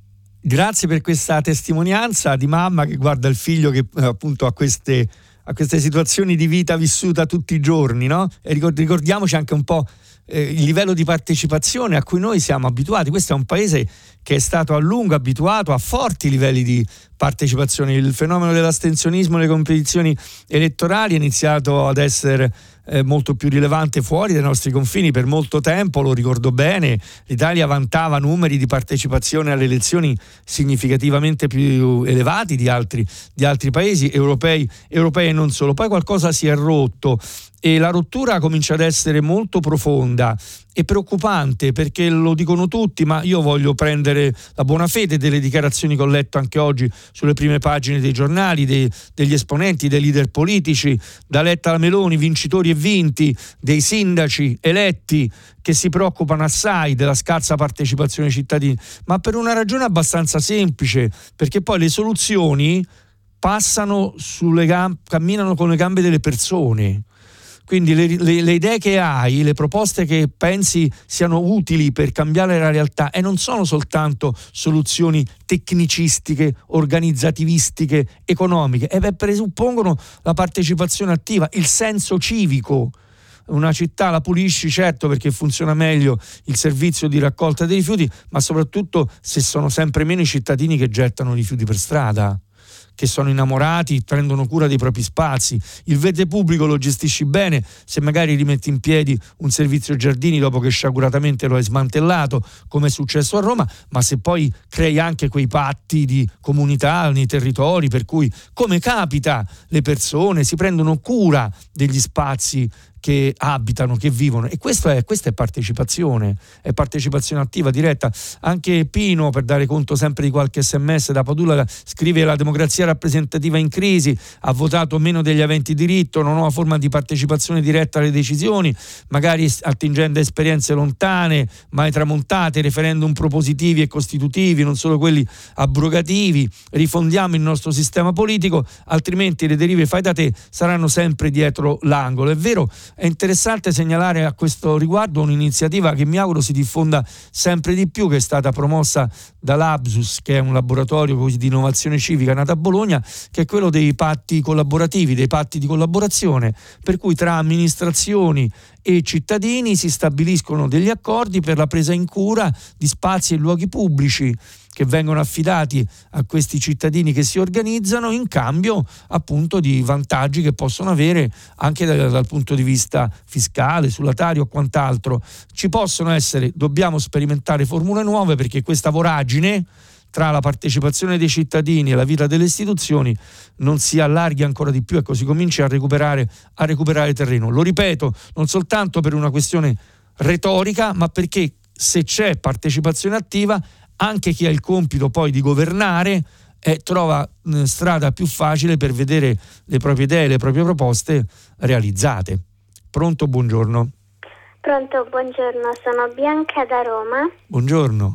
S2: Grazie per questa testimonianza di mamma che guarda il figlio che appunto ha queste, a queste situazioni di vita vissuta tutti i giorni, no? E ricordiamoci anche un po' eh, il livello di partecipazione a cui noi siamo abituati. Questo è un paese che è stato a lungo abituato a forti livelli di partecipazione. Il fenomeno dell'astensionismo nelle competizioni elettorali è iniziato ad essere eh, molto più rilevante fuori dai nostri confini per molto tempo, lo ricordo bene. L'Italia vantava numeri di partecipazione alle elezioni significativamente più elevati di altri, di altri paesi europei, europei e non solo. Poi qualcosa si è rotto e la rottura comincia ad essere molto profonda e preoccupante, perché lo dicono tutti, ma io voglio prendere la buona fede delle dichiarazioni che ho letto anche oggi sulle prime pagine dei giornali, dei, degli esponenti, dei leader politici, da Letta alla Meloni, vincitori e vinti, dei sindaci eletti che si preoccupano assai della scarsa partecipazione ai cittadini, ma per una ragione abbastanza semplice, perché poi le soluzioni passano sulle gambe, camminano con le gambe delle persone. Quindi le, le, le idee che hai, le proposte che pensi siano utili per cambiare la realtà, e non sono soltanto soluzioni tecnicistiche, organizzativistiche, economiche, e beh, presuppongono la partecipazione attiva, il senso civico. Una città la pulisci, certo, perché funziona meglio il servizio di raccolta dei rifiuti, ma soprattutto se sono sempre meno i cittadini che gettano rifiuti per strada, che sono innamorati, prendono cura dei propri spazi. Il verde pubblico lo gestisci bene se magari rimetti in piedi un servizio giardini dopo che sciaguratamente lo hai smantellato, come è successo a Roma, ma se poi crei anche quei patti di comunità nei territori per cui, come capita, le persone si prendono cura degli spazi che abitano, che vivono, e questo è, questa è partecipazione, è partecipazione attiva, diretta. Anche Pino, per dare conto sempre di qualche sms da Padula, scrive: la democrazia rappresentativa in crisi, ha votato meno degli aventi diritto, una nuova forma di partecipazione diretta alle decisioni, magari attingendo a esperienze lontane, mai tramontate, referendum propositivi e costitutivi, non solo quelli abrogativi. Rifondiamo il nostro sistema politico, altrimenti le derive fai da te saranno sempre dietro l'angolo. È vero. È interessante segnalare a questo riguardo un'iniziativa che mi auguro si diffonda sempre di più, che è stata promossa dall'Absus, che è un laboratorio di innovazione civica nato a Bologna, che è quello dei patti collaborativi, dei patti di collaborazione, per cui tra amministrazioni e cittadini si stabiliscono degli accordi per la presa in cura di spazi e luoghi pubblici che vengono affidati a questi cittadini che si organizzano in cambio appunto di vantaggi che possono avere anche dal, dal punto di vista fiscale, sull'atario o quant'altro. Ci possono essere, dobbiamo sperimentare formule nuove, perché questa voragine tra la partecipazione dei cittadini e la vita delle istituzioni non si allarghi ancora di più e così cominci a recuperare, a recuperare terreno. Lo ripeto, non soltanto per una questione retorica, ma perché se c'è partecipazione attiva, anche chi ha il compito poi di governare eh, trova eh, strada più facile per vedere le proprie idee, le proprie proposte realizzate. Pronto, buongiorno.
S8: Pronto, buongiorno, sono Bianca da Roma.
S2: Buongiorno.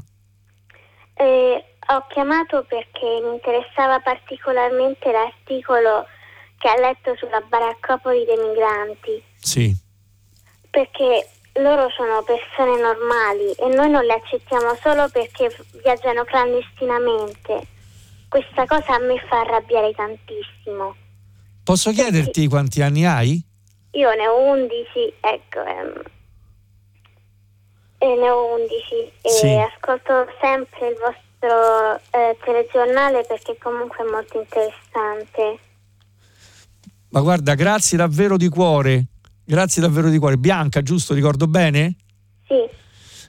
S8: Eh, ho chiamato perché mi interessava particolarmente l'articolo che ha letto sulla baraccopoli dei migranti.
S2: Sì.
S8: Perché loro sono persone normali e noi non le accettiamo solo perché viaggiano clandestinamente. Questa cosa a me fa arrabbiare tantissimo.
S2: Posso perché chiederti quanti anni hai?
S8: Io ne ho undici, ecco, ehm, e ne ho undici e
S2: sì.
S8: Ascolto sempre il vostro eh, telegiornale perché comunque è molto interessante.
S2: Ma guarda, grazie davvero di cuore. Grazie davvero di cuore. Bianca, giusto? Ricordo bene?
S8: Sì.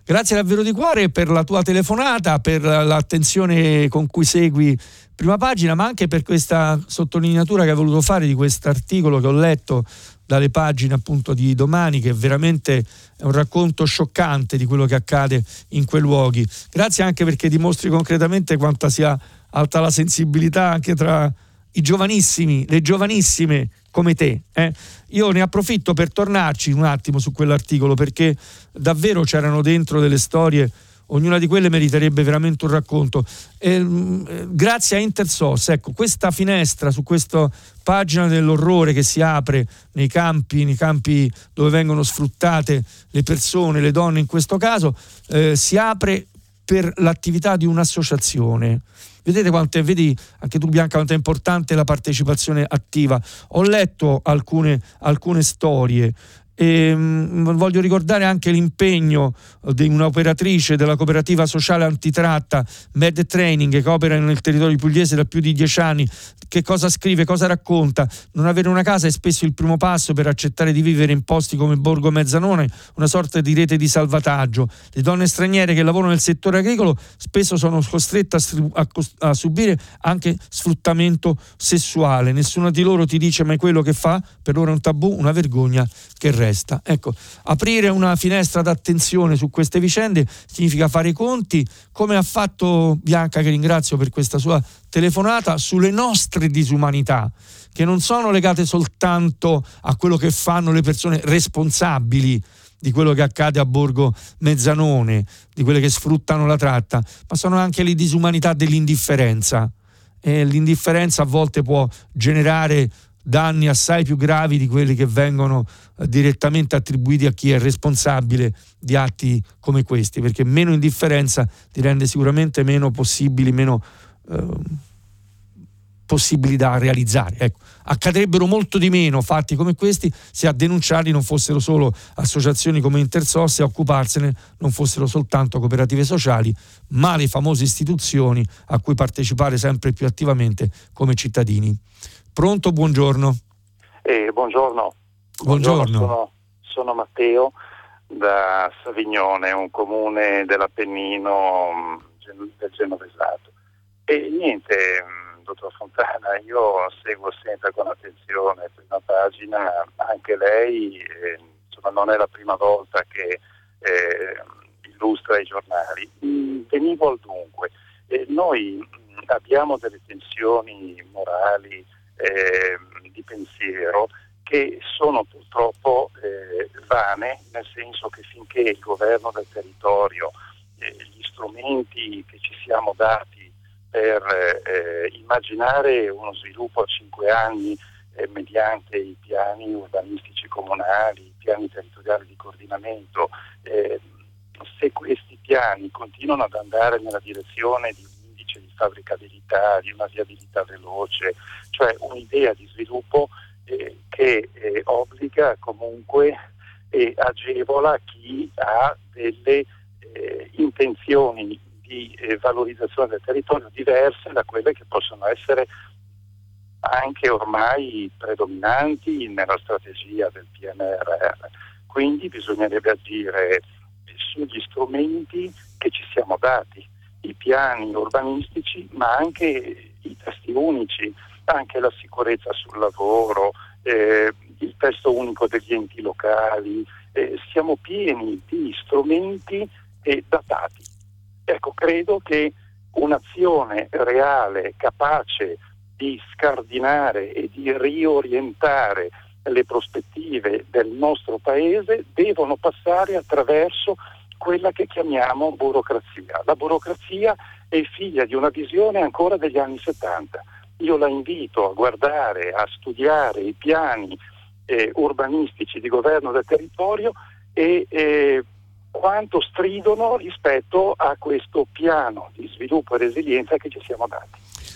S2: Grazie davvero di cuore per la tua telefonata, per l'attenzione con cui segui Prima Pagina, ma anche per questa sottolineatura che hai voluto fare di quest'articolo che ho letto dalle pagine appunto di Domani, che veramente è un racconto scioccante di quello che accade in quei luoghi. Grazie anche perché dimostri concretamente quanta sia alta la sensibilità anche tra i giovanissimi, le giovanissime come te. Eh? Io ne approfitto per tornarci un attimo su quell'articolo, perché davvero c'erano dentro delle storie, ognuna di quelle meriterebbe veramente un racconto. E, grazie a Intersos, ecco, questa finestra su questa pagina dell'orrore che si apre nei campi, nei campi dove vengono sfruttate le persone, le donne in questo caso, eh, si apre per l'attività di un'associazione. Vedete quanto è, vedi anche tu Bianca, quanto è importante la partecipazione attiva. Ho letto alcune, alcune storie. E, mh, voglio ricordare anche l'impegno di un'operatrice della cooperativa sociale antitratta Med Training, che opera nel territorio pugliese da più di dieci anni. Che cosa scrive, cosa racconta? Non avere una casa è spesso il primo passo per accettare di vivere in posti come Borgo Mezzanone, una sorta di rete di salvataggio. Le donne straniere che lavorano nel settore agricolo spesso sono costrette a, a, a subire anche sfruttamento sessuale. Nessuna di loro ti dice mai quello che fa, per loro è un tabù, una vergogna che resta. Ecco, aprire una finestra d'attenzione su queste vicende significa fare i conti, come ha fatto Bianca, che ringrazio per questa sua telefonata, sulle nostre disumanità, che non sono legate soltanto a quello che fanno le persone responsabili di quello che accade a Borgo Mezzanone, di quelle che sfruttano la tratta, ma sono anche le disumanità dell'indifferenza. E l'indifferenza a volte può generare danni assai più gravi di quelli che vengono eh, direttamente attribuiti a chi è responsabile di atti come questi, perché meno indifferenza ti rende sicuramente meno possibili, meno eh, possibili da realizzare. Ecco, accadrebbero molto di meno fatti come questi se a denunciarli non fossero solo associazioni come Intersos e a occuparsene non fossero soltanto cooperative sociali, ma le famose istituzioni a cui partecipare sempre più attivamente come cittadini. Pronto, buongiorno.
S3: Eh, buongiorno.
S2: Buongiorno.
S3: buongiorno sono, sono Matteo da Savignone, un comune dell'Appennino del Genovesato. E niente, dottor Fontana, io seguo sempre con attenzione Prima Pagina, anche lei, eh, insomma, non è la prima volta che eh, illustra i giornali. Mm, venivo al dunque. Eh, noi mh, abbiamo delle tensioni morali, Eh, di pensiero, che sono purtroppo eh, vane, nel senso che finché il governo del territorio, eh, gli strumenti che ci siamo dati per eh, immaginare uno sviluppo a cinque anni eh, mediante i piani urbanistici comunali, i piani territoriali di coordinamento, eh, se questi piani continuano ad andare nella direzione di di fabbricabilità, di una viabilità veloce, cioè un'idea di sviluppo eh, che eh, obbliga comunque e agevola chi ha delle eh, intenzioni di eh, valorizzazione del territorio diverse da quelle che possono essere anche ormai predominanti nella strategia del P N R R. Quindi bisognerebbe agire sugli strumenti che ci siamo dati, i piani urbanistici, ma anche i testi unici, anche la sicurezza sul lavoro, eh, il testo unico degli enti locali. Eh, siamo pieni di strumenti eh, datati. Ecco, credo che un'azione reale, capace di scardinare e di riorientare le prospettive del nostro paese, devono passare attraverso quella che chiamiamo burocrazia. La burocrazia è figlia di una visione ancora degli anni settanta. Io la invito a guardare, a studiare i piani eh, urbanistici di governo del territorio e eh, quanto stridono rispetto a questo piano di sviluppo e resilienza che ci siamo dati.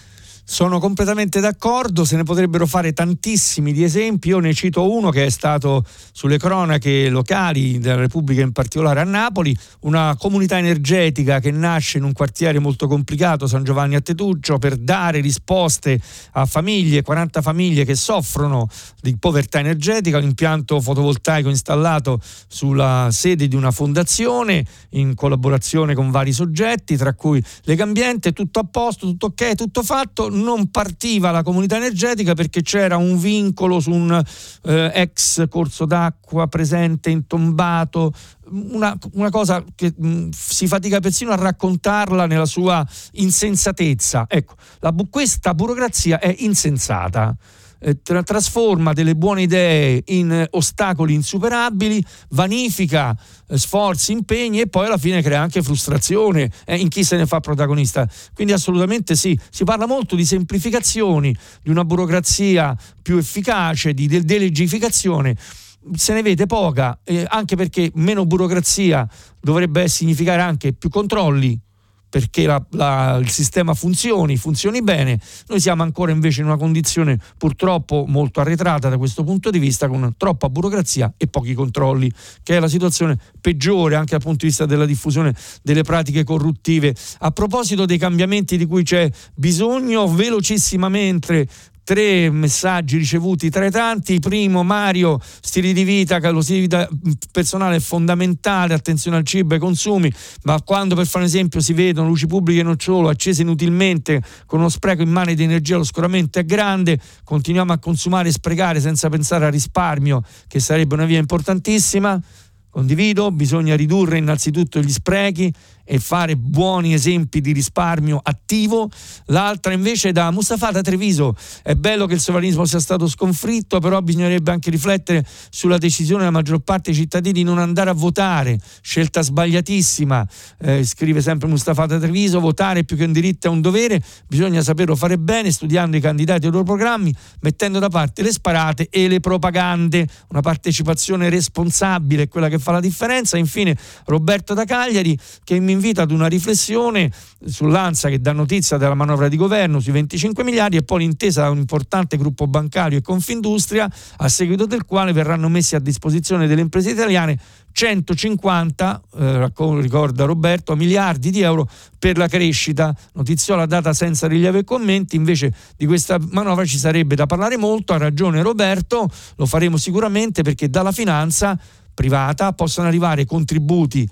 S2: Sono completamente d'accordo, se ne potrebbero fare tantissimi di esempi. Io ne cito uno che è stato sulle cronache locali della Repubblica, in particolare a Napoli, una comunità energetica che nasce in un quartiere molto complicato, San Giovanni a Tetuccio, per dare risposte a famiglie, quaranta famiglie che soffrono di povertà energetica. L'impianto fotovoltaico installato sulla sede di una fondazione in collaborazione con vari soggetti, tra cui Legambiente, tutto a posto, tutto ok, tutto fatto. Non partiva la comunità energetica perché c'era un vincolo su un eh, ex corso d'acqua presente intombato, una, una cosa che mh, si fatica persino a raccontarla nella sua insensatezza. Ecco, la, questa burocrazia è insensata. Tra- trasforma delle buone idee in ostacoli insuperabili, vanifica eh, sforzi, impegni e poi alla fine crea anche frustrazione eh, in chi se ne fa protagonista. Quindi assolutamente sì, si parla molto di semplificazioni, di una burocrazia più efficace, di de- delegificazione. Se ne vede poca, eh, anche perché meno burocrazia dovrebbe significare anche più controlli, perché la, la, il sistema funzioni, funzioni bene. Noi siamo ancora invece in una condizione purtroppo molto arretrata da questo punto di vista, con troppa burocrazia e pochi controlli, che è la situazione peggiore anche dal punto di vista della diffusione delle pratiche corruttive. A proposito dei cambiamenti di cui c'è bisogno, velocissimamente tre messaggi ricevuti tra i tanti. Primo, Mario, stili di vita, lo stile di vita personale è fondamentale, attenzione al cibo e ai consumi, ma quando, per fare un esempio, si vedono luci pubbliche non solo accese inutilmente con uno spreco immane di energia, lo scoramento è grande. Continuiamo a consumare e sprecare senza pensare al risparmio, che sarebbe una via importantissima. Condivido, bisogna ridurre innanzitutto gli sprechi e fare buoni esempi di risparmio attivo. L'altra invece da Mustafa da Treviso: è bello che il sovranismo sia stato sconfitto, però bisognerebbe anche riflettere sulla decisione della maggior parte dei cittadini di non andare a votare, scelta sbagliatissima, eh, scrive sempre Mustafa da Treviso. Votare più che un diritto è un dovere, bisogna saperlo fare bene, studiando i candidati e i loro programmi, mettendo da parte le sparate e le propagande. Una partecipazione responsabile è quella che fa la differenza. Infine Roberto da Cagliari, che mi invita ad una riflessione sull'Ansa, che dà notizia della manovra di governo sui venticinque miliardi, e poi l'intesa da un importante gruppo bancario e Confindustria, a seguito del quale verranno messi a disposizione delle imprese italiane centocinquanta, eh, ricorda Roberto, miliardi di euro per la crescita. Notiziola data senza rilievo e commenti. Invece di questa manovra ci sarebbe da parlare molto. Ha ragione Roberto, lo faremo sicuramente, perché dalla finanza privata possono arrivare contributi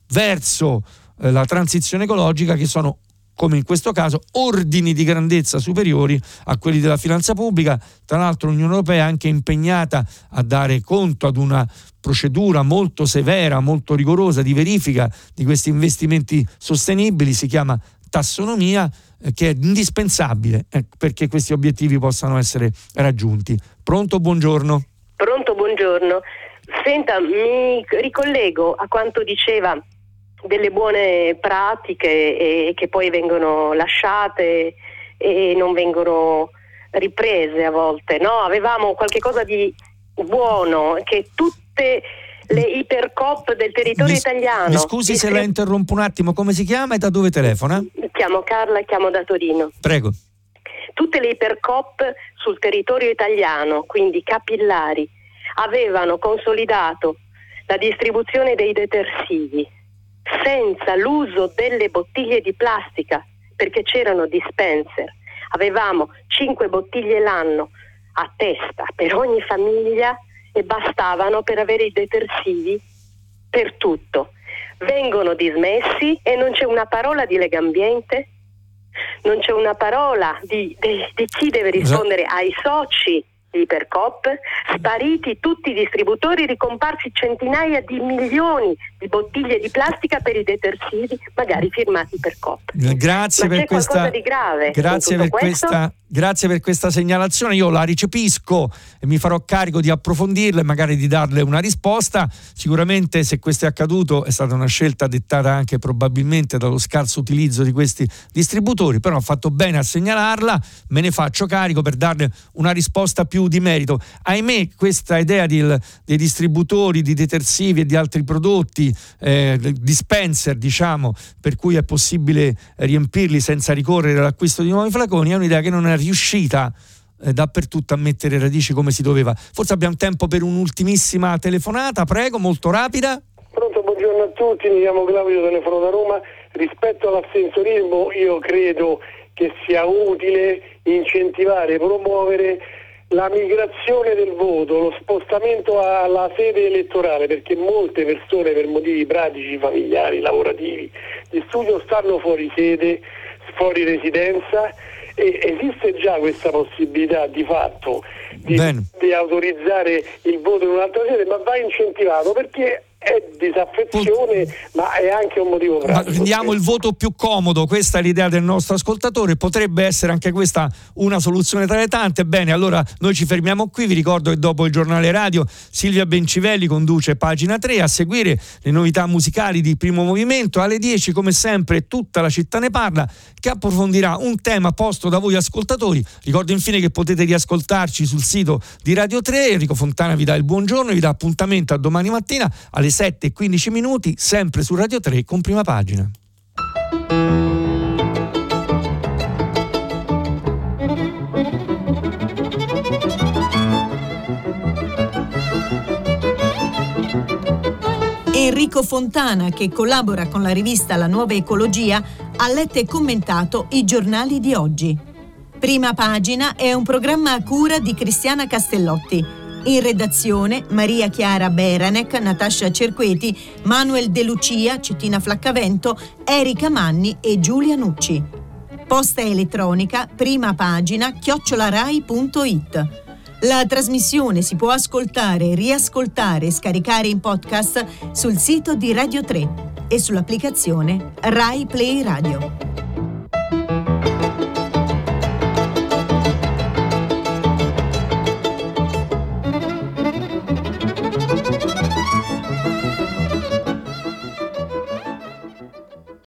S2: verso eh, la transizione ecologica che sono, come in questo caso, ordini di grandezza superiori a quelli della finanza pubblica. Tra l'altro l'Unione Europea è anche impegnata a dare conto ad una procedura molto severa, molto rigorosa di verifica di questi investimenti sostenibili, si chiama tassonomia, eh, che è indispensabile eh, perché questi obiettivi possano essere raggiunti. Pronto, buongiorno.
S9: Pronto, buongiorno. Senta, mi ricollego a quanto diceva delle buone pratiche e che poi vengono lasciate e non vengono riprese a volte, no? Avevamo qualche cosa di buono, che tutte le ipercoop del territorio
S2: mi,
S9: italiano...
S2: Mi scusi se la interrompo un attimo, come si chiama e da dove telefona?
S9: Chiamo Carla e chiamo da Torino.
S2: Prego.
S9: Tutte le ipercoop sul territorio italiano, quindi capillari, avevano consolidato la distribuzione dei detersivi senza l'uso delle bottiglie di plastica, perché c'erano dispenser. Avevamo cinque bottiglie l'anno a testa per ogni famiglia e bastavano per avere i detersivi per tutto. Vengono dismessi e non c'è una parola di Legambiente, non c'è una parola di, di, di chi deve rispondere ai soci di Ipercoop, spariti tutti i distributori, ricomparsi centinaia di milioni di bottiglie di plastica per i detersivi, magari firmati Ipercoop.
S2: Grazie
S9: Ma
S2: per
S9: c'è
S2: questa
S9: qualcosa di grave.
S2: Grazie per
S9: questo?
S2: questa Grazie per questa segnalazione, io la recepisco e mi farò carico di approfondirla e magari di darle una risposta. Sicuramente, se questo è accaduto, è stata una scelta dettata anche probabilmente dallo scarso utilizzo di questi distributori, però ho fatto bene a segnalarla, me ne faccio carico per darle una risposta più di merito. Ahimè, questa idea di, dei distributori di detersivi e di altri prodotti, eh, dispenser diciamo, per cui è possibile riempirli senza ricorrere all'acquisto di nuovi flaconi, è un'idea che non è riuscita eh, dappertutto a mettere radici come si doveva. Forse abbiamo tempo per un'ultimissima telefonata, prego, molto rapida.
S10: Pronto, buongiorno a tutti, mi chiamo Claudio, telefono da Roma. Rispetto all'astensionismo, io credo che sia utile incentivare, promuovere la migrazione del voto, lo spostamento alla sede elettorale, perché molte persone per motivi pratici, familiari, lavorativi, di studio stanno fuori sede, fuori residenza, e esiste già questa possibilità di fatto di, di autorizzare il voto in un'altra sede, ma va incentivato perché è disaffezione, ma è anche un motivo pratico.
S2: Rendiamo il voto più comodo, questa è l'idea del nostro ascoltatore, potrebbe essere anche questa una soluzione tra le tante. Bene, allora noi ci fermiamo qui, vi ricordo che dopo il giornale radio Silvia Bencivelli conduce Pagina tre, a seguire le novità musicali di Primo Movimento, alle dieci come sempre Tutta la città ne parla, che approfondirà un tema posto da voi ascoltatori. Ricordo infine che potete riascoltarci sul sito di Radio tre, Enrico Fontana vi dà il buongiorno, vi dà appuntamento a domani mattina alle sette e quindici minuti, sempre su Radio tre con Prima Pagina.
S1: Enrico Fontana, che collabora con la rivista La Nuova Ecologia, ha letto e commentato i giornali di oggi. Prima Pagina è un programma a cura di Cristiana Castellotti. In redazione Maria Chiara Beranec, Natascia Cerqueti, Manuel De Lucia, Cettina Flaccavento, Erika Manni e Giulia Nucci. Posta elettronica primapagina chiocciolarai punto it. La trasmissione si può ascoltare, riascoltare e scaricare in podcast sul sito di Radio tre e sull'applicazione Rai Play Radio.